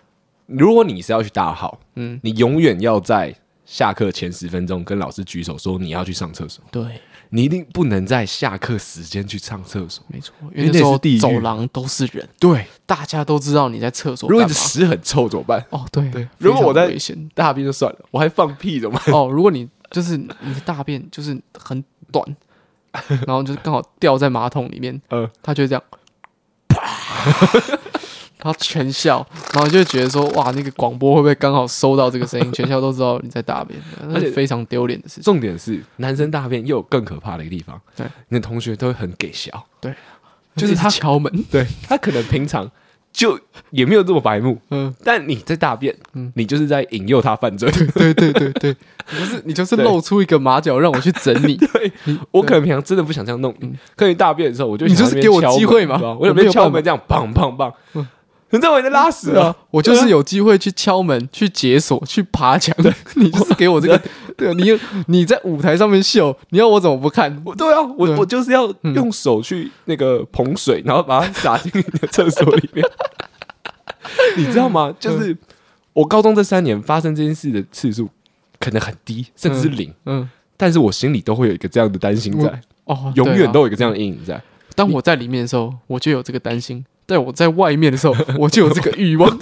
如果你是要去大号，你永远要在下课前10分钟跟老师举手说你要去上厕所。 对， 你一定不能在下课时间去上厕所， 没错，因为那时候走廊都是人， 对， 大家都知道你在厕所。 如果你的屎很臭怎么办？ 哦，对， 如果我在大便就算了，我还放屁怎么办？ 哦，如果你就是你的大便就是很短，然后就是刚好掉在马桶里面，他就这样，然后全校，然后就会觉得说，哇，那个广播会不会刚好收到这个声音？全校都知道你在大便，而且非常丢脸的事情。 重点是，男生大便又有更可怕的一个地方，对，你的同学都会很给笑， 对， 就是他敲门， 对他可能平常就也没有这么白目，但你在大便，你就是在引诱他犯罪， 对，你就是露出一个马脚让我去整你， 对，我可能平常真的不想这样弄你，可你大便的时候，我就你就是给我机会嘛， 我有没有敲门这样，棒棒棒。你认为你在拉屎啊？ 我就是有机会去敲门、去解锁、去爬墙。你就是给我这个，对，你在舞台上面秀，你要我怎么不看？ 对啊，我就是要用手去那个捧水，然后把它洒进你的厕所里面。你知道吗？就是我高中这3年发生这件事的次数可能很低，甚至是0。但是我心里都会有一个这样的担心在，永远都有一个这样的阴影在。 当我在里面的时候，我就有这个担心。但我在外面的时候，我就有这个欲望。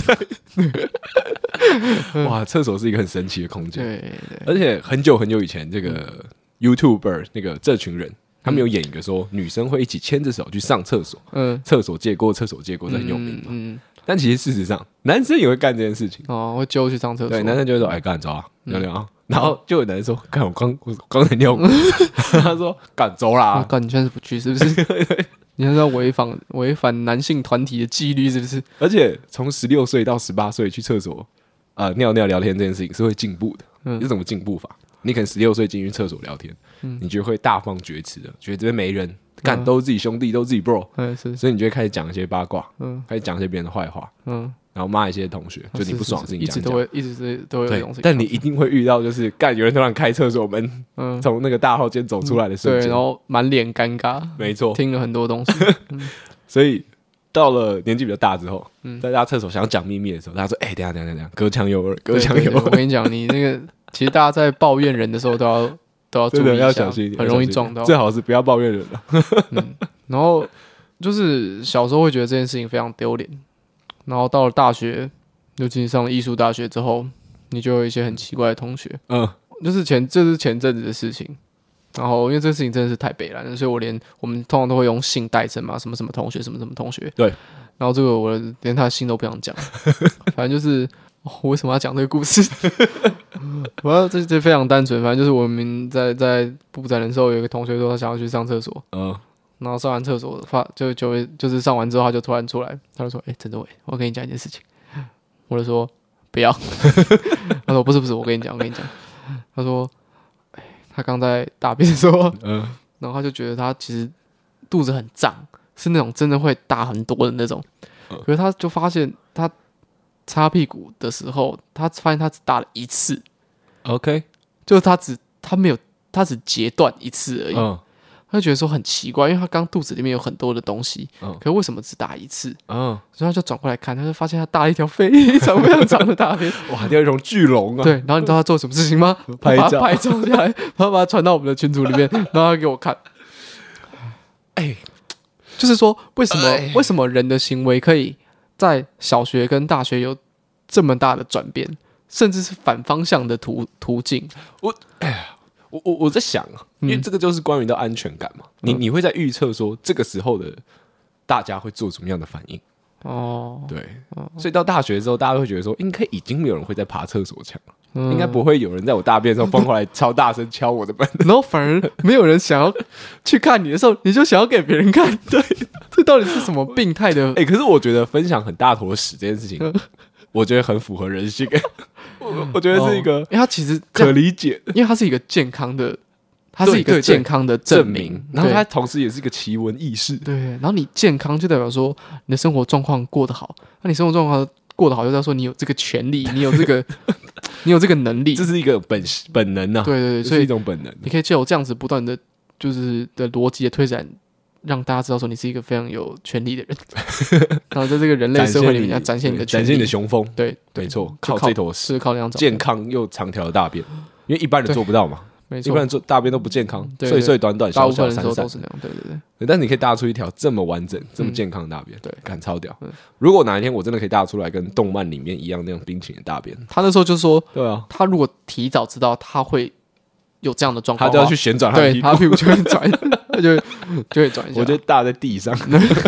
哇，厕所是一个很神奇的空间。对，而且很久很久以前，这个 YouTuber 那个这群人，他们有演一个说女生会一起牵着手去上厕所，厕所借过，这很有名嘛。但其实事实上，男生也会干这件事情。 会揪去上厕所。 对，男生就会说：“哎，干走啊，尿尿啊。”然后就有男生说：“干，我刚才尿过。”他说：“干走啦， 干你现在是不去是不是？”你是要违反男性团体的纪律是不是？ 而且从16岁到18岁去厕所尿尿聊天这件事情是会进步的。你是怎么进步法？你可能16岁进去厕所聊天，你就会大放厥词的，觉得这边没人，干都是自己兄弟，都是自己 bro，所以你就会开始讲一些八卦，开始讲一些别人的坏话，然后骂一些同学，就你不爽的事情讲， 一直都会有东西。 但你一定会遇到，就是干有人突然开厕所门，从那个大号间走出来的瞬间， 对，然后满脸尴尬， 没错， 听了很多东西。 所以到了年纪比较大之后，在大家厕所想讲秘密的时候，大家说：“哎，等一下，隔墙有耳，隔墙有耳。” 我跟你讲，你那个其实大家在抱怨人的时候都要注意一下， 要小心一点， 很容易撞到。 最好是不要抱怨人了。 然后就是小时候会觉得这件事情非常丢脸，然后到了大学，尤其上了艺术大学之后，你就有一些很奇怪的同学，就是这是前阵子的事情。然后因为这个事情真的是太北蓝了，所以我们通常都会用姓代称嘛，什么什么同学，什么什么同学。 对。 然后这个我连他的姓都不想讲，反正就是我为什么要讲这个故事？这非常单纯，反正就是我们在布展的时候，有一个同学说他想要去上厕所，然后上完厕所就是上完之后他就突然出来，他就说：“陈哲伟，我跟你讲一件事情。”我就说：“不要。”他说：“不是，我跟你讲。”他说。他刚在大便的时候，然后他就觉得他其实肚子很胀，是那种真的会大很多的那种。可是他就发现他擦屁股的时候，他发现他只大了一次。 OK， 就是他只截断一次而已。他就觉得说很奇怪，因为他刚肚子里面有很多的东西，可是为什么只大一次？所以他就转过来看，他就发现他大了一条非常非常长的大便， 哇，那种巨龙啊！ 对，然后你知道他做什么事情吗？ 拍照下来，然后把它传到我们的群组里面，然后他给我看。就是说为什么人的行为可以在小学跟大学有这么大的转变，甚至是反方向的途径？ 我在想，因为这个就是关于到安全感嘛，你会在预测说这个时候的大家会做什么样的反应？对，所以到大学之后，大家会觉得说，应该已经没有人会再爬厕所墙了，应该不会有人在我大便的时候疯过来超大声敲我的门， 然后反而没有人想要去看你的时候，你就想要给别人看，对，这到底是什么病态的？ 可是我觉得分享很大坨屎这件事情，我觉得很符合人性。我觉得是一个，因为它其实可理解， 因为它是一个健康的，它是一个健康的证明， 然后它同时也是一个奇闻异事。 对，然后你健康就代表说你的生活状况过得好，那你生活状况过得好，就代表说你有这个权利，你有这个能力， 这是一个本能啊。 对， 所以是一种本能， 你可以借由这样子不断的就是的逻辑的推展， 让大家知道说你是一个非常有权力的人，然后在这个人类社会里面要展现你的权力， 展现你的雄风。 对， 没错，靠这坨是靠那样健康又长条的大便，因为一般人做不到嘛。 没错， 一般人做大便都不健康，碎碎短短， 大部分人小小散散都是那样。对。 但是你可以大出一条这么完整、这么健康的大便，对，感超屌。如果哪一天我真的可以大出来跟动漫里面一样那种冰淇淋的大便， 他那时候就说， 对啊， 他如果提早知道他会有这样的状况， 他就要去旋转他的屁股， 对，他屁股就会转，他就会转一下。 我就大在地上。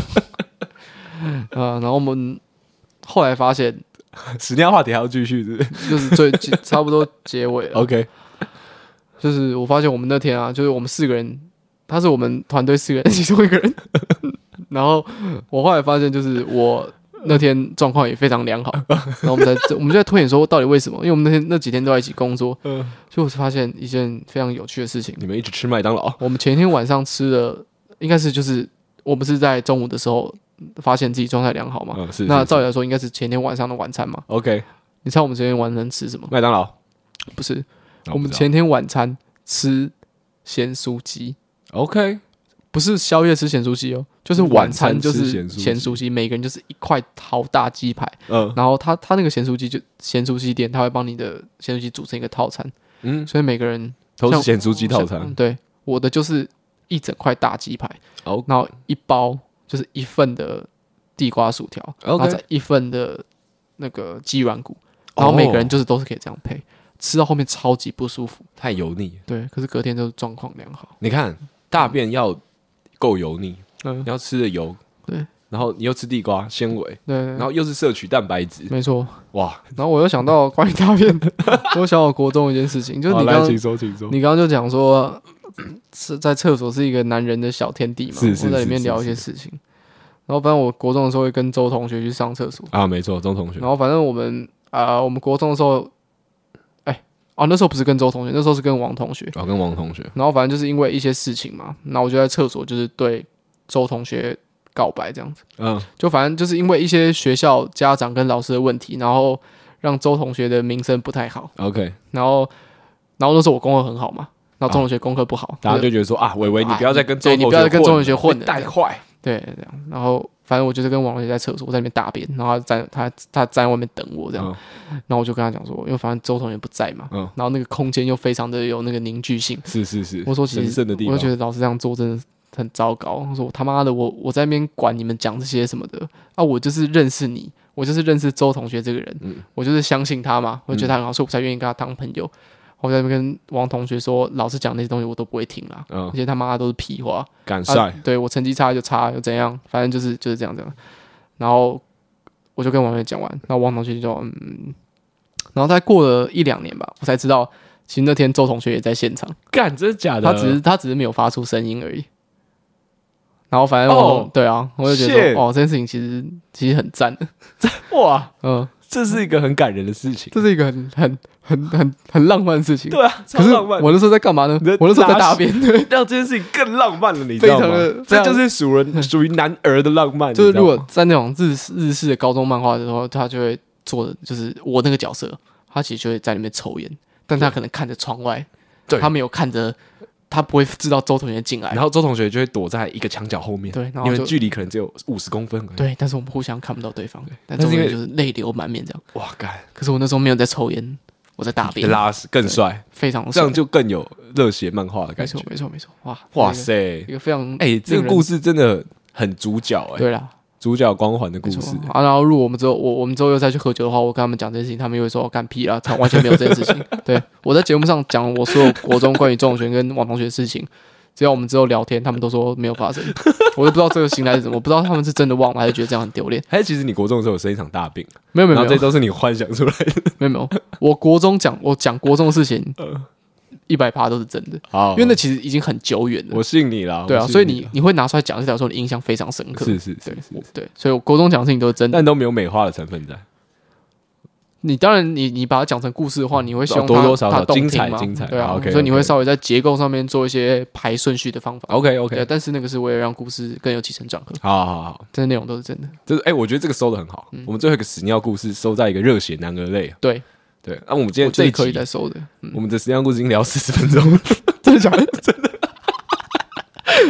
然后我们后来发现， 屎尿话题还要继续，是不是？ 就是差不多结尾了。 OK。 就是我发现我们那天啊，就是我们4个人，他是我们团队4个人其中一个人。然后我后来发现，就是我那天状况也非常良好。然后我们就在推演说到底为什么？因为我们那几天都在一起工作，所以我发现一件非常有趣的事情。 你们一起吃麦当劳？我们前一天晚上吃的应该是就是我们是在中午的时候发现自己状态良好嘛？那照理来说应该是前天晚上的晚餐嘛 ？OK。 你猜我们前天晚餐吃什么？ 麦当劳？ 不是。我们前天晚餐吃咸酥鸡 ，OK， 不是宵夜吃咸酥鸡哦，就是晚餐就是咸酥鸡，每个人就是一块好大鸡排，然后他那个咸酥鸡就咸酥鸡店，他会帮你的咸酥鸡组成一个套餐，所以每个人都是咸酥鸡套餐。 对，我的就是一整块大鸡排，然后一包就是一份的地瓜薯条，然后再一份的那个鸡软骨，然后每个人就是都是可以这样配。吃到后面超级不舒服， 太油腻。 对，可是隔天就是状况良好。 你看大便要够油腻，要吃的油， 对， 然后你又吃地瓜纤维， 对， 然后又是摄取蛋白质， 没错。 哇！ 然后我又想到关于大便，我想到国中一件事情，就是你刚刚就讲说，是在厕所是一个男人的小天地嘛，我在里面聊一些事情。然后反正我国中的时候会跟周同学去上厕所啊，没错，周同学。 然后反正我们国中的时候。那时候不是跟周同学，那时候是跟王同学。 跟王同学。 然后反正就是因为一些事情嘛，那我就在厕所就是对周同学告白这样子。就反正就是因为一些学校家长跟老师的问题，然后让周同学的名声不太好。 OK。 然后那时候我功课很好嘛，然后周同学功课不好， 大家就觉得说啊，伟伟你不要再跟周同学混了， 带坏。 对，这样。然后反正我就是跟王同学在厕所，我在那边大便，然后他站在外面等我这样。然后我就跟他讲说，因为反正周同学不在嘛，然后那个空间又非常的有那个凝聚性。 是。 我说其实我就觉得老师这样做真的很糟糕。我说他妈的，我在那边管你们讲这些什么的啊，我就是认识你，我就是认识周同学这个人，我就是相信他嘛，我觉得他很好，所以我才愿意跟他当朋友。我在那边跟王同学说，老师讲那些东西我都不会听啦，那些他妈的都是屁话。 敢晒？ 对我成绩差就差，又怎样？反正就是这样。然后我就跟王同学讲完，然后王同学就说然后再过了1-2年吧，我才知道，其实那天周同学也在现场。 干，真的假的？ 他只是没有发出声音而已。然后反正对啊，我就觉得这件事情其实很赞的。 哇，这是一个很感人的事情， 这是一个很浪漫的事情。 对啊，超浪漫。 我那时候在干嘛呢？我那时候在大便， 让这件事情更浪漫了，你知道吗？这就是属于男儿的浪漫。 就是如果在那种日式的高中漫画的时候，他就会做的就是我那个角色，他其实就会在里面抽烟，但他可能看着窗外，他没有看着。他不会知道周同学进来， 然后周同学就会躲在一个墙角后面， 对，然后因为距离可能只有50公分， 对，但是我们互相看不到对方，但周同学就是泪流满面这样， 哇干！ 可是我那时候没有在抽烟，我在大便， 拉屎更帅， 非常帅， 这样就更有热血漫画的感觉， 没错， 哇塞， 一个非常这个故事真的很主角对啦。 主角光环的故事然后如果我们之后又再去喝酒的话，我跟他们讲这件事情，他们又会说干屁啦，完全没有这件事情。对，我在节目上讲我所有国中关于周同学跟王同学的事情，只要我们之后聊天，他们都说没有发生，我都不知道这个心态是什么，我不知道他们是真的忘了，还是觉得这样很丢脸， 还是其实你国中的时候有生一场大病？ 没有， 然后这都是你幻想出来的。 没有，我国中讲国中的事情。100%都是真的，因为那其实已经很久远了。 我信你啦， 对啊，所以你会拿出来讲，就代表说你印象非常深刻。 是， 对，所以我国中讲的事情都是真的， 但都没有美化的成分在。 你当然你把它讲成故事的话，你会希望多多少少精彩， 对啊， OK， 所以你会稍微在结构上面做一些排顺序的方法。 OK， 对，但是那个是为了让故事更有起承转合。 好， 这些内容都是真的。 就是我觉得这个收的很好。我们最后一个屎尿故事收在一个热血男儿泪。对，那我们今天这一集可以再收的。 我们的屎尿故事已经聊40分钟了， 真的假的？ 真的。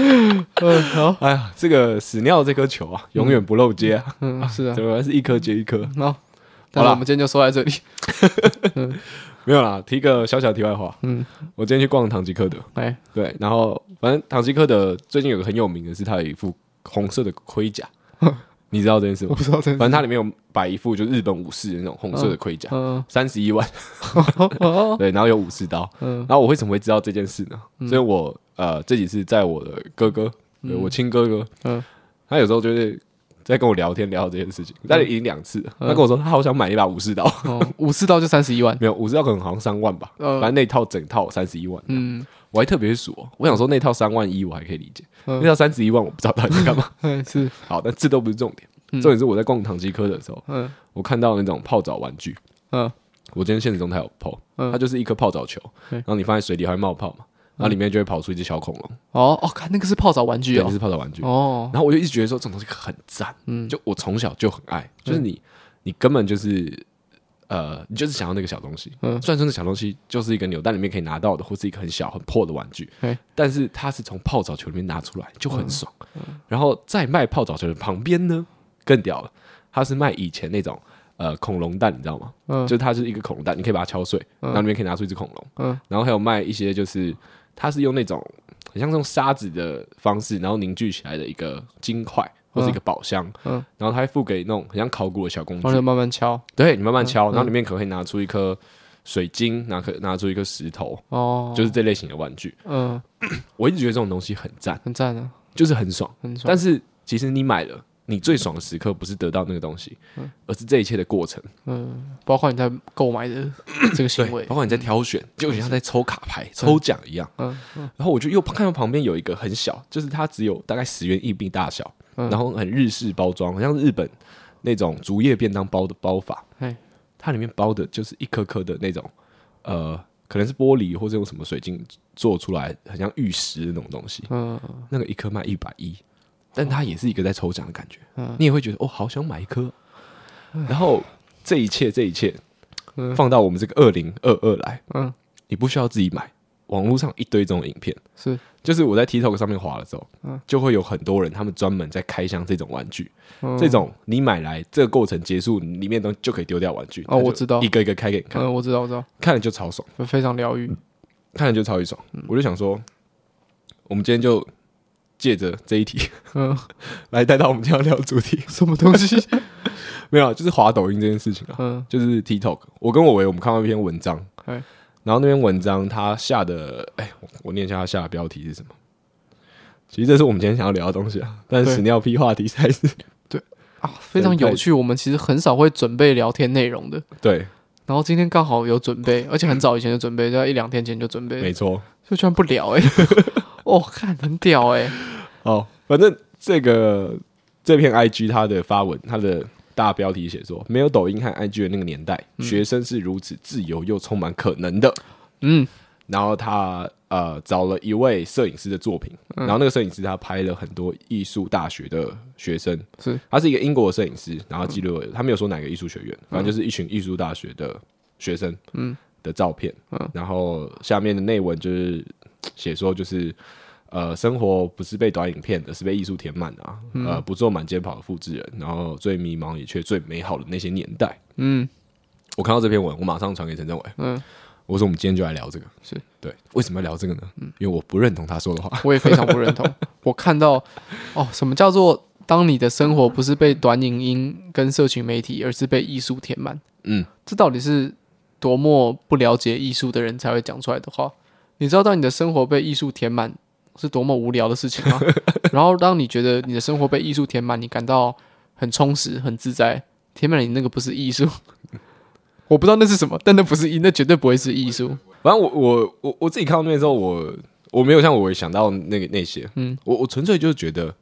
好， 哎呀，这个屎尿这颗球啊，永远不漏接啊。 是啊， 怎么是一颗接一颗？ 好，好了，我们今天就说在这里。 没有啦，提个小小题外话。我今天去逛唐吉诃德，对，然后反正唐吉诃德最近有个很有名的是，它有一副红色的盔甲。你知道这件事吗？ 我不知道这件事。 反正它里面有摆一副就日本武士的那种红色的盔甲，31万。对，然后有武士刀。然后我为什么会知道这件事呢？所以我这几次在我的哥哥，我亲哥哥，他有时候就是在跟我聊天聊到这件事情，但是已经2次了。他跟我说他好想买一把武士刀， 武士刀就31万， 没有武士刀可能好像3万吧，反正那套整套31万。我还特别数，我想说那套3万1我还可以理解，那套31万我不知道到底在干嘛。 是好，但这都不是重点，重点是我在逛唐吉诃德的时候，我看到那种泡澡玩具，我今天现实中它有泡，它就是一颗泡澡球，然后你放在水里还会冒泡嘛，然后里面就会跑出一只小恐龙。 看那个是泡澡玩具对，是泡澡玩具。然后我就一直觉得说这种东西很赞，就我从小就很爱，就是你根本就是你就是想要那个小东西，虽然说那小东西就是一个扭蛋里面可以拿到的，或是一个很小很破的玩具，但是它是从泡澡球里面拿出来就很爽。然后在卖泡澡球的旁边呢，更屌了，它是卖以前那种恐龙蛋，你知道吗？就是它是一个恐龙蛋，你可以把它敲碎，然后里面可以拿出一只恐龙。然后还有卖一些就是它是用那种很像这种沙子的方式，然后凝聚起来的一个金块。或是一个宝箱，然后它会附给那种很像考古的小工具， 然后慢慢敲， 对你慢慢敲，然后里面可能会拿出一颗水晶，拿出一颗石头，就是这类型的玩具。我一直觉得这种东西很赞， 很赞啊， 就是很爽，很爽。但是其实你买了，你最爽的时刻不是得到那个东西，而是这一切的过程， 包括你在购买的这个行为， 包括你在挑选，就很像在抽卡牌、抽奖一样。然后我就又看到旁边有一个很小，就是它只有大概10元硬币大小。然后很日式包装，好像日本那种竹叶便当包的包法，它里面包的就是一颗颗的那种，可能是玻璃或者用什么水晶做出来，很像玉石的那种东西。那个一颗卖110，但它也是一个在抽奖的感觉，你也会觉得好想买一颗。然后这一切放到我们这个2022来，你不需要自己买，网络上一堆这种影片就是我在 TikTok 上面滑的时候，就会有很多人他们专门在开箱这种玩具，这种你买来这个过程结束，里面就可以丢掉玩具。 我知道， 一个一个开给你看。 我知道， 看了就超爽， 非常疗愈， 看了就超级爽。我就想说，我们今天就借着这一题，来带到我们今天要聊的主题， 什么东西？ 没有，就是滑抖音这件事情啊，就是 TikTok。我跟我们看到一篇文章。然后那篇文章他下的，我念一下他下的标题是什么？其实这是我们今天想要聊的东西啊，但是屎尿屁话题才是对啊，非常有趣。我们其实很少会准备聊天内容的， 对。 然后今天刚好有准备，而且很早以前就准备，在1-2天前就准备， 没错。 就居然不聊看很屌反正这篇 IG 他的发文，他的大标题写说，没有抖音和 IG 的那个年代，学生是如此自由又充满可能的。然后他找了一位摄影师的作品，然后那个摄影师他拍了很多艺术大学的学生，他是一个英国的摄影师，然后记录了他没有说哪个艺术学院，反正就是一群艺术大学的学生的照片，然后下面的内文就是写说就是生活不是被短影片的，是被艺术填满啊。不做满街跑的复制人，然后最迷茫也却最美好的那些年代。我看到这篇文，我马上传给陈政伟。我说我们今天就来聊这个，是对。为什么要聊这个呢？因为我不认同他说的话。 我也非常不认同。我看到什么叫做当你的生活不是被短影音跟社群媒体，而是被艺术填满？这到底是多么不了解艺术的人才会讲出来的话？你知道，当你的生活被艺术填满是多么无聊的事情吗？然后，当你觉得你的生活被艺术填满，你感到很充实、很自在，填满了你那个不是艺术。我不知道那是什么，但那不是那绝对不会是艺术。 反正我自己看到那边之后，我没有像我想到那些，我纯粹就是觉得，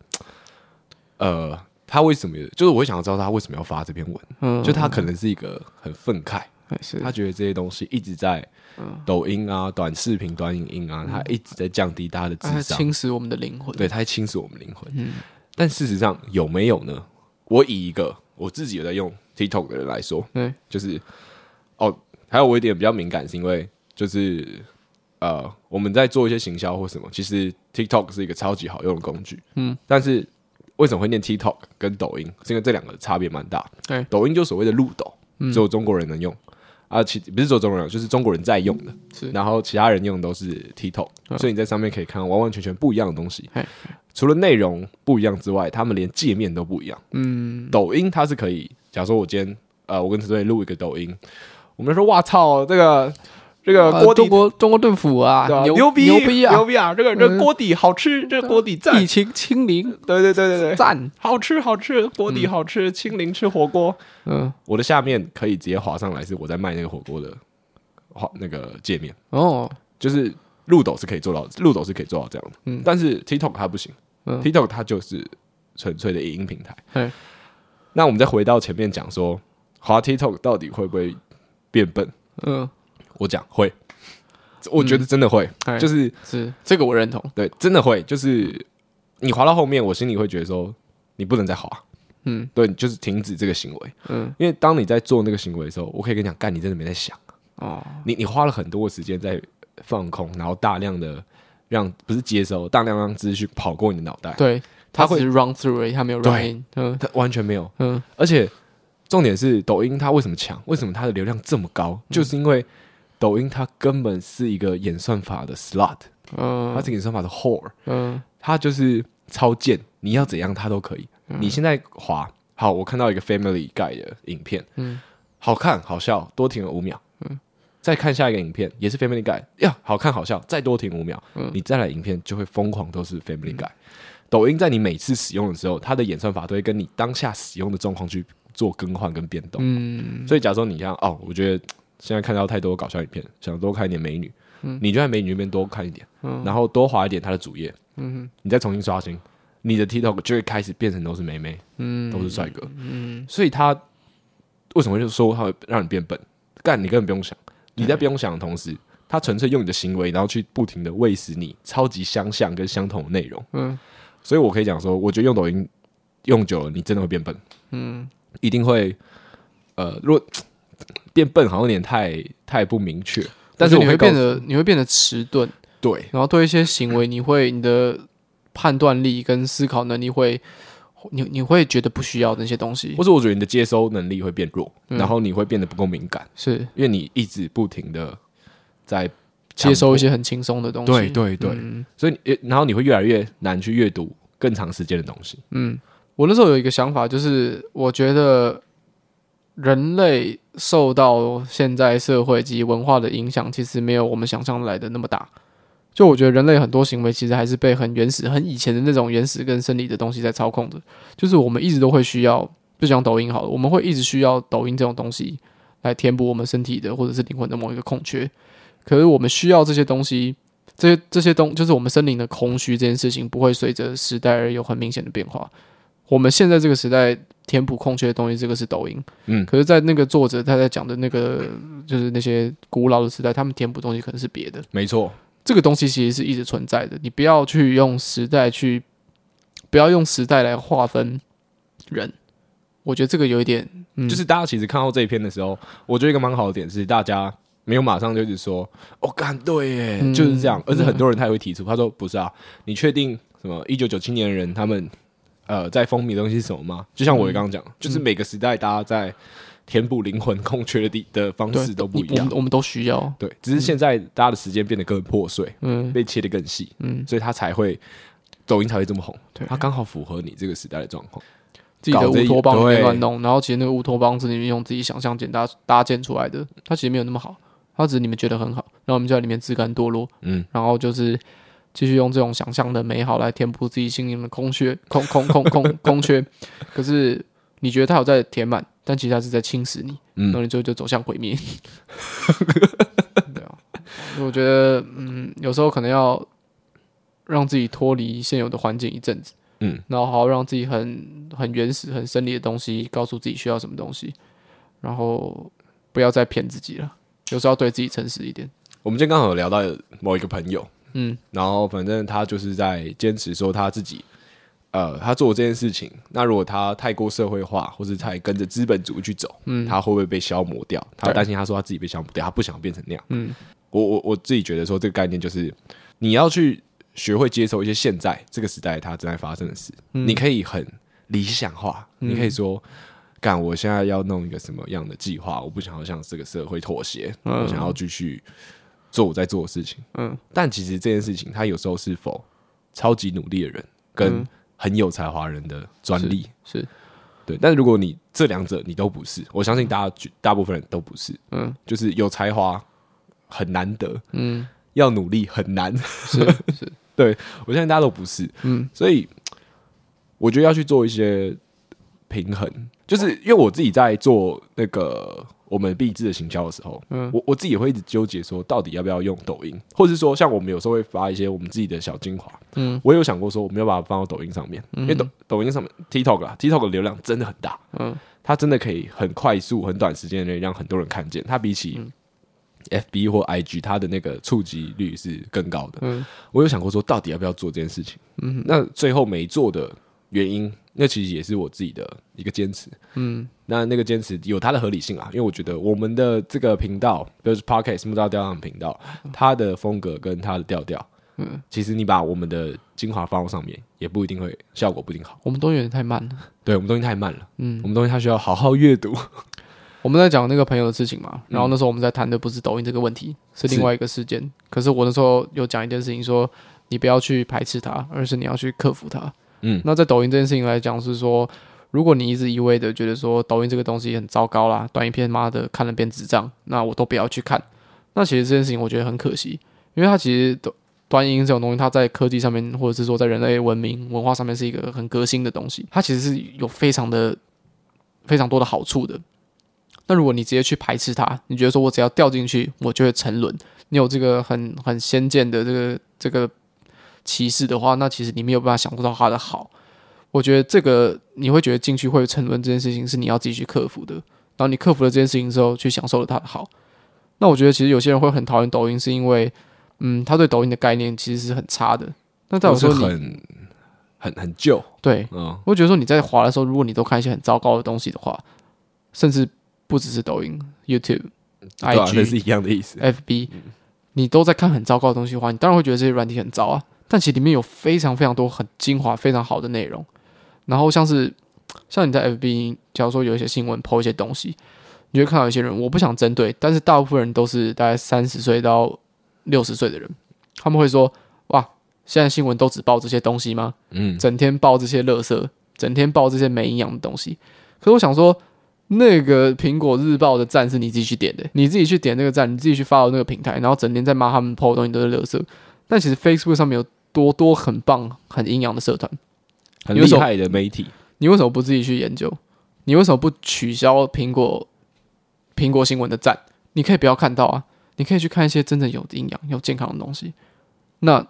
他为什么就是我会想要知道他为什么要发这篇文，就他可能是一个很愤慨，他觉得这些东西一直在抖音啊、短视频、短影音啊，他一直在降低大家的智商， 侵蚀我们的灵魂。 对，他在侵蚀我们灵魂。但事实上有没有呢？我以一个我自己有在用 TikTok 的人来说，就是还有我一点比较敏感，是因为就是我们在做一些行销或什么，其实 TikTok 是一个超级好用的工具。但是为什么会念 TikTok 跟抖音？是因为这两个差别蛮大。抖音就所谓的路抖，只有中国人能用啊，不是只有中国人，就是中国人在用的。然后其他人用的都是 TikTok，所以你在上面可以看到完完全全不一样的东西。除了内容不一样之外，他们连界面都不一样。抖音它是可以，假如说我今天我跟陈队录一个抖音，我们说哇操，这个锅底中国盾斧啊， 牛逼啊！这个锅底好吃，这个锅底赞， 疫情清零， 对， 赞， 好吃，锅底好吃，清零吃火锅。我的下面可以直接滑上来，是我在卖那个火锅的那个界面。就是路抖是可以做到这样的。但是 TikTok 它不行，TikTok 它就是纯粹的影音平台。那我们再回到前面讲说，滑 TikTok 到底会不会变笨？我讲会，我觉得真的会，就是这个我认同， 对，真的会，就是你滑到后面，我心里会觉得说你不能再滑，对，就是停止这个行为，因为当你在做那个行为的时候，我可以跟你讲，干，你真的没在想，你花了很多的时间在放空，然后大量的不是接收，大量让资讯跑过你的脑袋， 对，它会 run through， 它没有 run in， 它完全没有，而且重点是抖音它为什么强？为什么它的流量这么高？就是因为抖音它根本是一个演算法的 slot，它是演算法的 whore，它就是超贱，你要怎样它都可以。你现在滑，好，我看到一个 Family Guy 的影片，好看好笑，多停了5秒，再看下一个影片也是 Family Guy， 呀，好看好笑，再多停5秒，你再来影片就会疯狂都是 Family Guy。抖音在你每次使用的时候，它的演算法都会跟你当下使用的状况去做更换跟变动。所以假如说你像我觉得现在看到太多搞笑影片，想多看一点美女，你就在美女那边多看一点，然后多滑一点她的主页，你再重新刷新，你的 TikTok 就会开始变成都是美眉，都是帅哥。所以他为什么就说他会让你变笨？干，你根本不用想，你在不用想的同时，他纯粹用你的行为，然后去不停的喂食你超级相像跟相同的内容。所以我可以讲说，我觉得用抖音用久了，你真的会变笨。一定会如果变笨好像有点太不明确，但是你会变得迟钝， 对， 然后对一些行为你的判断力跟思考能力你会觉得不需要那些东西， 或是我觉得你的接收能力会变弱，然后你会变得不够敏感， 是因为你一直不停的在接收一些很轻松的东西， 对，所以然后你会越来越难去阅读更长时间的东西。 我那时候有一个想法，就是我觉得人类受到现在社会及文化的影响，其实没有我们想象来的那么大。就我觉得人类很多行为其实还是被很原始、很以前的那种原始跟生理的东西在操控的。就是我们一直都会需要，就讲抖音好了，我们会一直需要抖音这种东西来填补我们身体的或者是灵魂的某一个空缺。可是我们需要这些东西，这些就是我们森林的空虚这件事情，不会随着时代而有很明显的变化。我们现在这个时代填补空缺的东西，这个是抖音。可是，在那个作者他在讲的那个，就是那些古老的时代，他们填补东西可能是别的。 没错， 这个东西其实是一直存在的。你不要用时代来划分人。我觉得这个有一点， 就是大家其实看到这一篇的时候，我觉得一个蛮好的点是，大家没有马上就一直说干对耶，就是这样。而是很多人他也会提出，他说不是啊，你确定什么1997年的人他们在风靡的东西是什么吗？就像我刚刚讲，就是每个时代大家在填补灵魂空缺的方式都不一样， 我们都需要。 对，只是现在大家的时间变得更破碎，被切得更细，所以它才会抖音才会这么红。它刚好符合你这个时代的状况。 自己的乌托邦里面乱弄，然后其实那个乌托邦是你们用自己想象搭建出来的，它其实没有那么好，它只是你们觉得很好，然后我们就在里面自甘堕落，然后就是继续用这种想象的美好来填补自己心灵的空缺，空缺。可是你觉得它有在填满，但其实它是在侵蚀你，然后你最后就走向毁灭。对啊，我觉得有时候可能要让自己脱离现有的环境一阵子，然后好好让自己很原始、很生理的东西，告诉自己需要什么东西，然后不要再骗自己了。有时候要对自己诚实一点。 我们今天刚好有聊到某一个朋友，然后反正他就是在坚持说他自己，他做这件事情，那如果他太过社会化，或是太跟着资本主义去走，他会不会被消磨掉？他担心他说他自己被消磨掉，他不想变成那样。 我自己觉得说这个概念就是你要去学会接受一些现在这个时代它正在发生的事，你可以很理想化，你可以说干我现在要弄一个什么样的计划，我不想要向这个社会妥协，我想要继续做我在做的事情，但其实这件事情它有时候是否超级努力的人跟很有才华人的专利， 是对，但是如果你这两者你都不是，我相信大部分人都不是，就是有才华很难得，要努力很难， 是对，我相信大家都不是，所以我觉得要去做一些平衡，就是因为我自己在做那个我们币制的行销的时候，我自己也会一直纠结说，到底要不要用抖音，或者是说，像我们有时候会发一些我们自己的小精华，我也有想过说，我们要把它放到抖音上面，因为抖音上面 TikTok 的流量真的很大，它真的可以很快速、很短时间内让很多人看见，它比起FB 或 IG 它的那个触及率是更高的。我有想过说，到底要不要做这件事情？那最后没做的原因，那其实也是我自己的一个坚持。那个坚持有它的合理性啊，因为我觉得我们的这个频道，就是 Podcast 木造调上的频道，它的风格跟它的调调，其实你把我们的精华放到上面，也不一定会效果不一定好。 我们东西有点太慢了， 对，我们东西太慢了。我们东西它需要好好阅读。 我们在讲那个朋友的事情嘛，然后那时候我们在谈的不是抖音这个问题，是另外一个事件。可是我那时候有讲一件事情说，你不要去排斥它，而是你要去克服它。那在抖音这件事情来讲是说，如果你一直一味的觉得说抖音这个东西很糟糕啦，短影片妈的看了变智障，那我都不要去看。那其实这件事情我觉得很可惜，因为它其实短影音这种东西，它在科技上面或者是说在人类文明文化上面是一个很革新的东西，它其实是有非常多的好处的。那如果你直接去排斥它，你觉得说我只要掉进去我就会沉沦，你有这个很先见的这个歧视的话，那其实你没有办法享受到它的好。我觉得这个你会觉得进去会沉沦这件事情是你要自己去克服的，然后你克服了这件事情之后去享受了它的好。那我觉得其实有些人会很讨厌抖音，是因为他对抖音的概念其实是很差的。那代表说你很旧， 对，我觉得说你在滑的时候，如果你都看一些很糟糕的东西的话，甚至不只是抖音、YouTube、IG， 那是一样的意思。 FB，你都在看很糟糕的东西的话，你当然会觉得这些软体很糟啊。但其实里面有非常非常多很精华、非常好的内容。然后像你在 FB， 假如说有一些新闻 po 一些东西，你会看到有些人，我不想针对，但是大部分人都是大概30岁到60岁的人，他们会说：哇，现在新闻都只报这些东西吗？整天报这些垃圾，整天报这些没营养的东西。可是我想说，那个苹果日报的赞是你自己去点的，你自己去点那个赞，你自己去发到那个平台，然后整天在骂他们 po 的东西都是垃圾。但其实 Facebook 上面有多很棒、很营养的社团， 很厉害的媒体， 你为什么不自己去研究？你为什么不取消苹果新闻的赞？你可以不要看到啊，你可以去看一些真正有营养、有健康的东西。那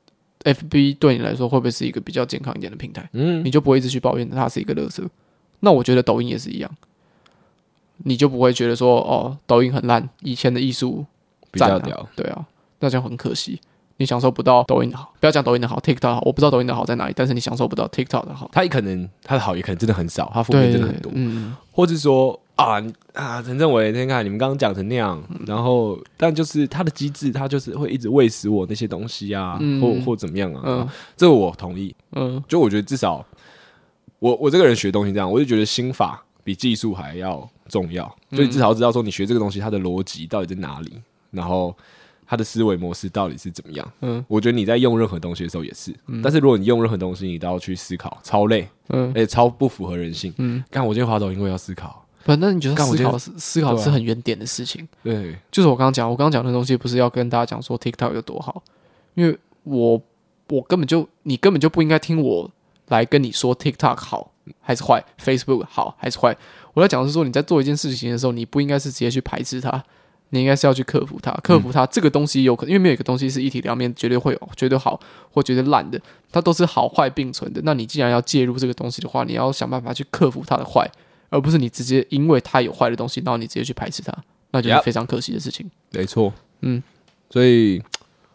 FB 对你来说会不会是一个比较健康一点的平台？你就不会一直去抱怨它是一个垃圾。那我觉得抖音也是一样，你就不会觉得说哦，抖音很烂，以前的艺术比较屌， 对啊，那这样很可惜。你享受不到抖音的好，不要讲抖音的好 ，TikTok 好，我不知道抖音的好在哪里，但是你享受不到 TikTok 的好。 它的好也可能真的很少，它负面真的很多，或者说陈政伟，你看你们刚刚讲成那样，然后但就是它的机制，它就是会一直喂食我那些东西啊，或怎么样啊，这个我同意，就我觉得至少我这个人学东西这样，我就觉得心法比技术还要重要，就你至少要知道说你学这个东西它的逻辑到底在哪里，然后他的思维模式到底是怎么样？我觉得你在用任何东西的时候也是，但是如果你用任何东西，你都要去思考，超累，而且超不符合人性。干我今天滑抖音，我也要思考。 不，那你觉得思考是很原点的事情？ 对， 就是我刚刚讲的东西，不是要跟大家讲说 TikTok 有多好，因为你根本就不应该听我来跟你说 TikTok 好还是坏 ，Facebook 好还是坏。我在讲的是说，你在做一件事情的时候，你不应该是直接去排斥它。你应该是要去克服它，这个东西有可能，因为没有一个东西是一体两面，绝对会有，绝对好或绝对烂的，它都是好坏并存的。那你既然要介入这个东西的话，你要想办法去克服它的坏，而不是你直接因为它有坏的东西，然后你直接去排斥它，那就是非常可惜的事情。 没错，所以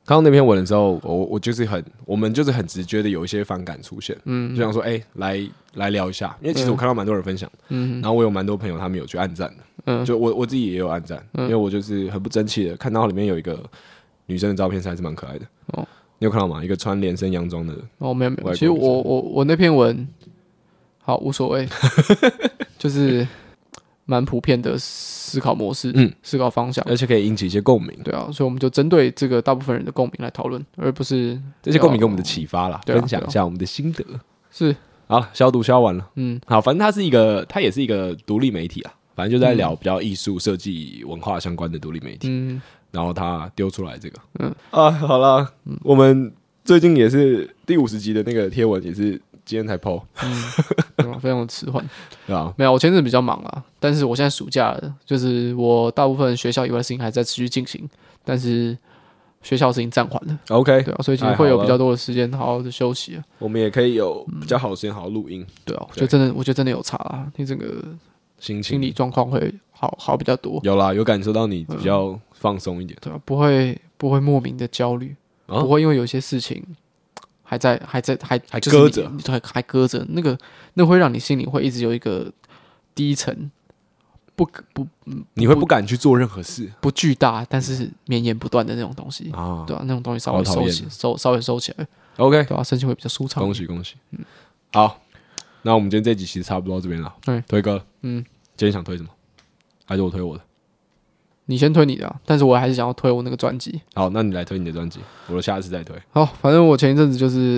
看到那篇文的时候，我就是我们就是很直觉的有一些反感出现，就想说，来聊一下，因为其实我看到蛮多人分享，然后我有蛮多朋友他们有去按赞的，就我自己也有按赞，因为我就是很不争气的，看到里面有一个女生的照片，还是蛮可爱的。哦，你有看到吗？一个穿连身洋装的。 哦，没有。其实我那篇文，好无所谓，就是蛮普遍的思考模式，思考方向， 而且可以引起一些共鸣。 对啊，所以我们就针对这个大部分人的共鸣来讨论，而不是这些共鸣给我们的启发啦，分享一下我们的心得。 是， 好，消毒消完了。好，反正它也是一个独立媒体啊，反正就在聊比较艺术、设计、文化相关的独立媒体。然后他丢出来这个，好了，我们最近也是第50集的那个贴文，也是今天才 po， 非常的迟缓， 对吧？ 没有，我前阵比较忙啦，但是我现在暑假了，就是我大部分学校以外的事情还在持续进行，但是学校的事情暂缓了。 OK， 对啊，所以其实会有比较多的时间好好的休息啊。 我们也可以有比较好的时间好好录音。 对啊，我觉得真的有差啦，你整个心理状况会好比较多。 有啦，有感受到你比较放松一点， 对啊，不会莫名的焦虑，不会因为有些事情还搁着，还搁着，那会让你心里会一直有一个低沉， 你会不敢去做任何事， 不巨大，但是绵延不断的那种东西啊，对啊，那种东西稍微收起来 ，OK， 对啊，身心会比较舒畅。 恭喜，好，那我们今天这集其实差不多到这边了，推歌，今天想推什么？还是我推我的？ 你先推你的但是我还是想要推我那个专辑。 好，那你来推你的专辑，我下次再推。 好，反正我前一阵子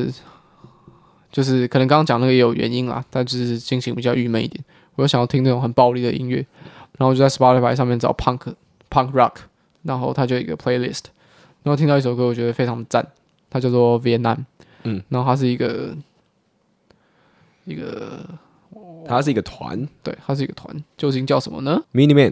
就是可能刚刚讲那个也有原因啦，但就是心情比较郁闷一点，我又想要听那种很暴力的音乐，然后我就在 Spotify 上面找 punk rock， 然后它就有一个 playlist， 然后听到一首歌我觉得非常赞，它叫做 Vietnam， 然后它是一个团， 对，它是一个团，究竟叫什么呢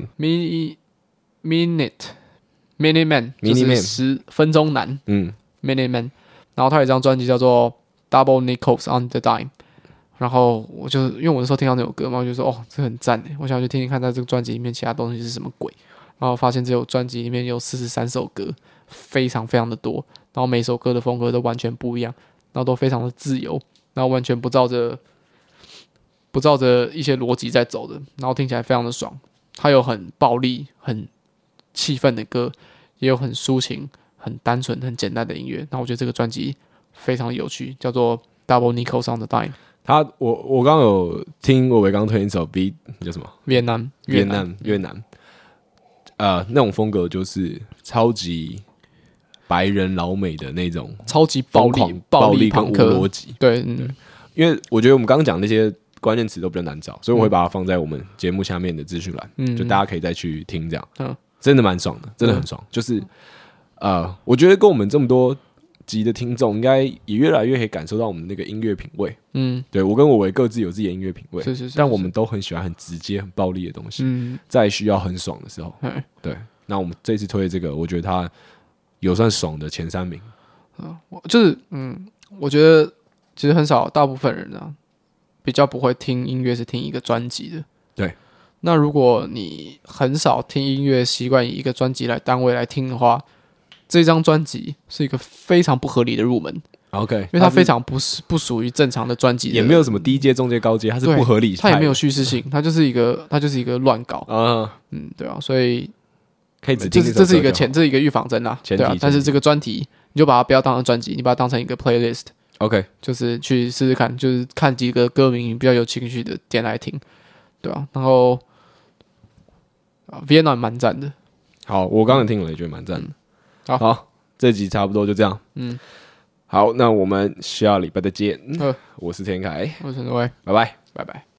？Minuteman， 就是10分钟男，Minuteman， 然后他有一张专辑叫做 Double Nickels on the Dime， 然后我就因为我那时候听到那首歌嘛，我就说哦，这很赞诶，我想去听听看在这个专辑里面其他东西是什么鬼，然后发现这首专辑里面有43首歌，非常非常的多，然后每首歌的风格都完全不一样，然后都非常的自由，然后完全不照着一些逻辑在走的，然后听起来非常的爽。它有很暴力、很气愤的歌，也有很抒情、很单纯、很简单的音乐。那我觉得这个专辑非常有趣，叫做 Double Nickels on the Dime。 我刚有听我刚推一首 beat 叫什么？ 越南。 那种风格就是超级白人老美的那种， 超级暴力跟无逻辑。 对， 因为我觉得我们刚刚讲那些关键词都比较难找，所以我会把它放在我们节目下面的资讯栏，就大家可以再去听，这样，真的蛮爽的，真的很爽。就是我觉得跟我们这么多集的听众，应该也越来越可以感受到我们那个音乐品味。对，我跟我各自有自己的音乐品味，但我们都很喜欢很直接、很暴力的东西，在需要很爽的时候。对，那我们这次推的这个，我觉得它有算爽的前3名。 我觉得其实很少，大部分人啊比较不会听音乐是听一个专辑的。 对， 那如果你很少听音乐，习惯以一个专辑来单位来听的话，这张专辑是一个非常不合理的入门。 OK， 因为它非常不属于正常的专辑的， 也没有什么低阶、中阶、高阶，它是不合理， 它也没有叙事性，它就是一个乱搞对啊，所以可以只听这是一个预防针啦，对啊，但是这个专题你就把它不要当成专辑，你把它当成一个 playlist。OK， 就是去试试看，就是看几个歌名比较有情绪的点来听，对啊，然后Vietnam 蛮赞的。 好，我刚才听了也觉得蛮赞的。好，这集差不多就这样。好，那我们下礼拜再见。我是田凯， 我是陈威， 拜拜， 拜拜。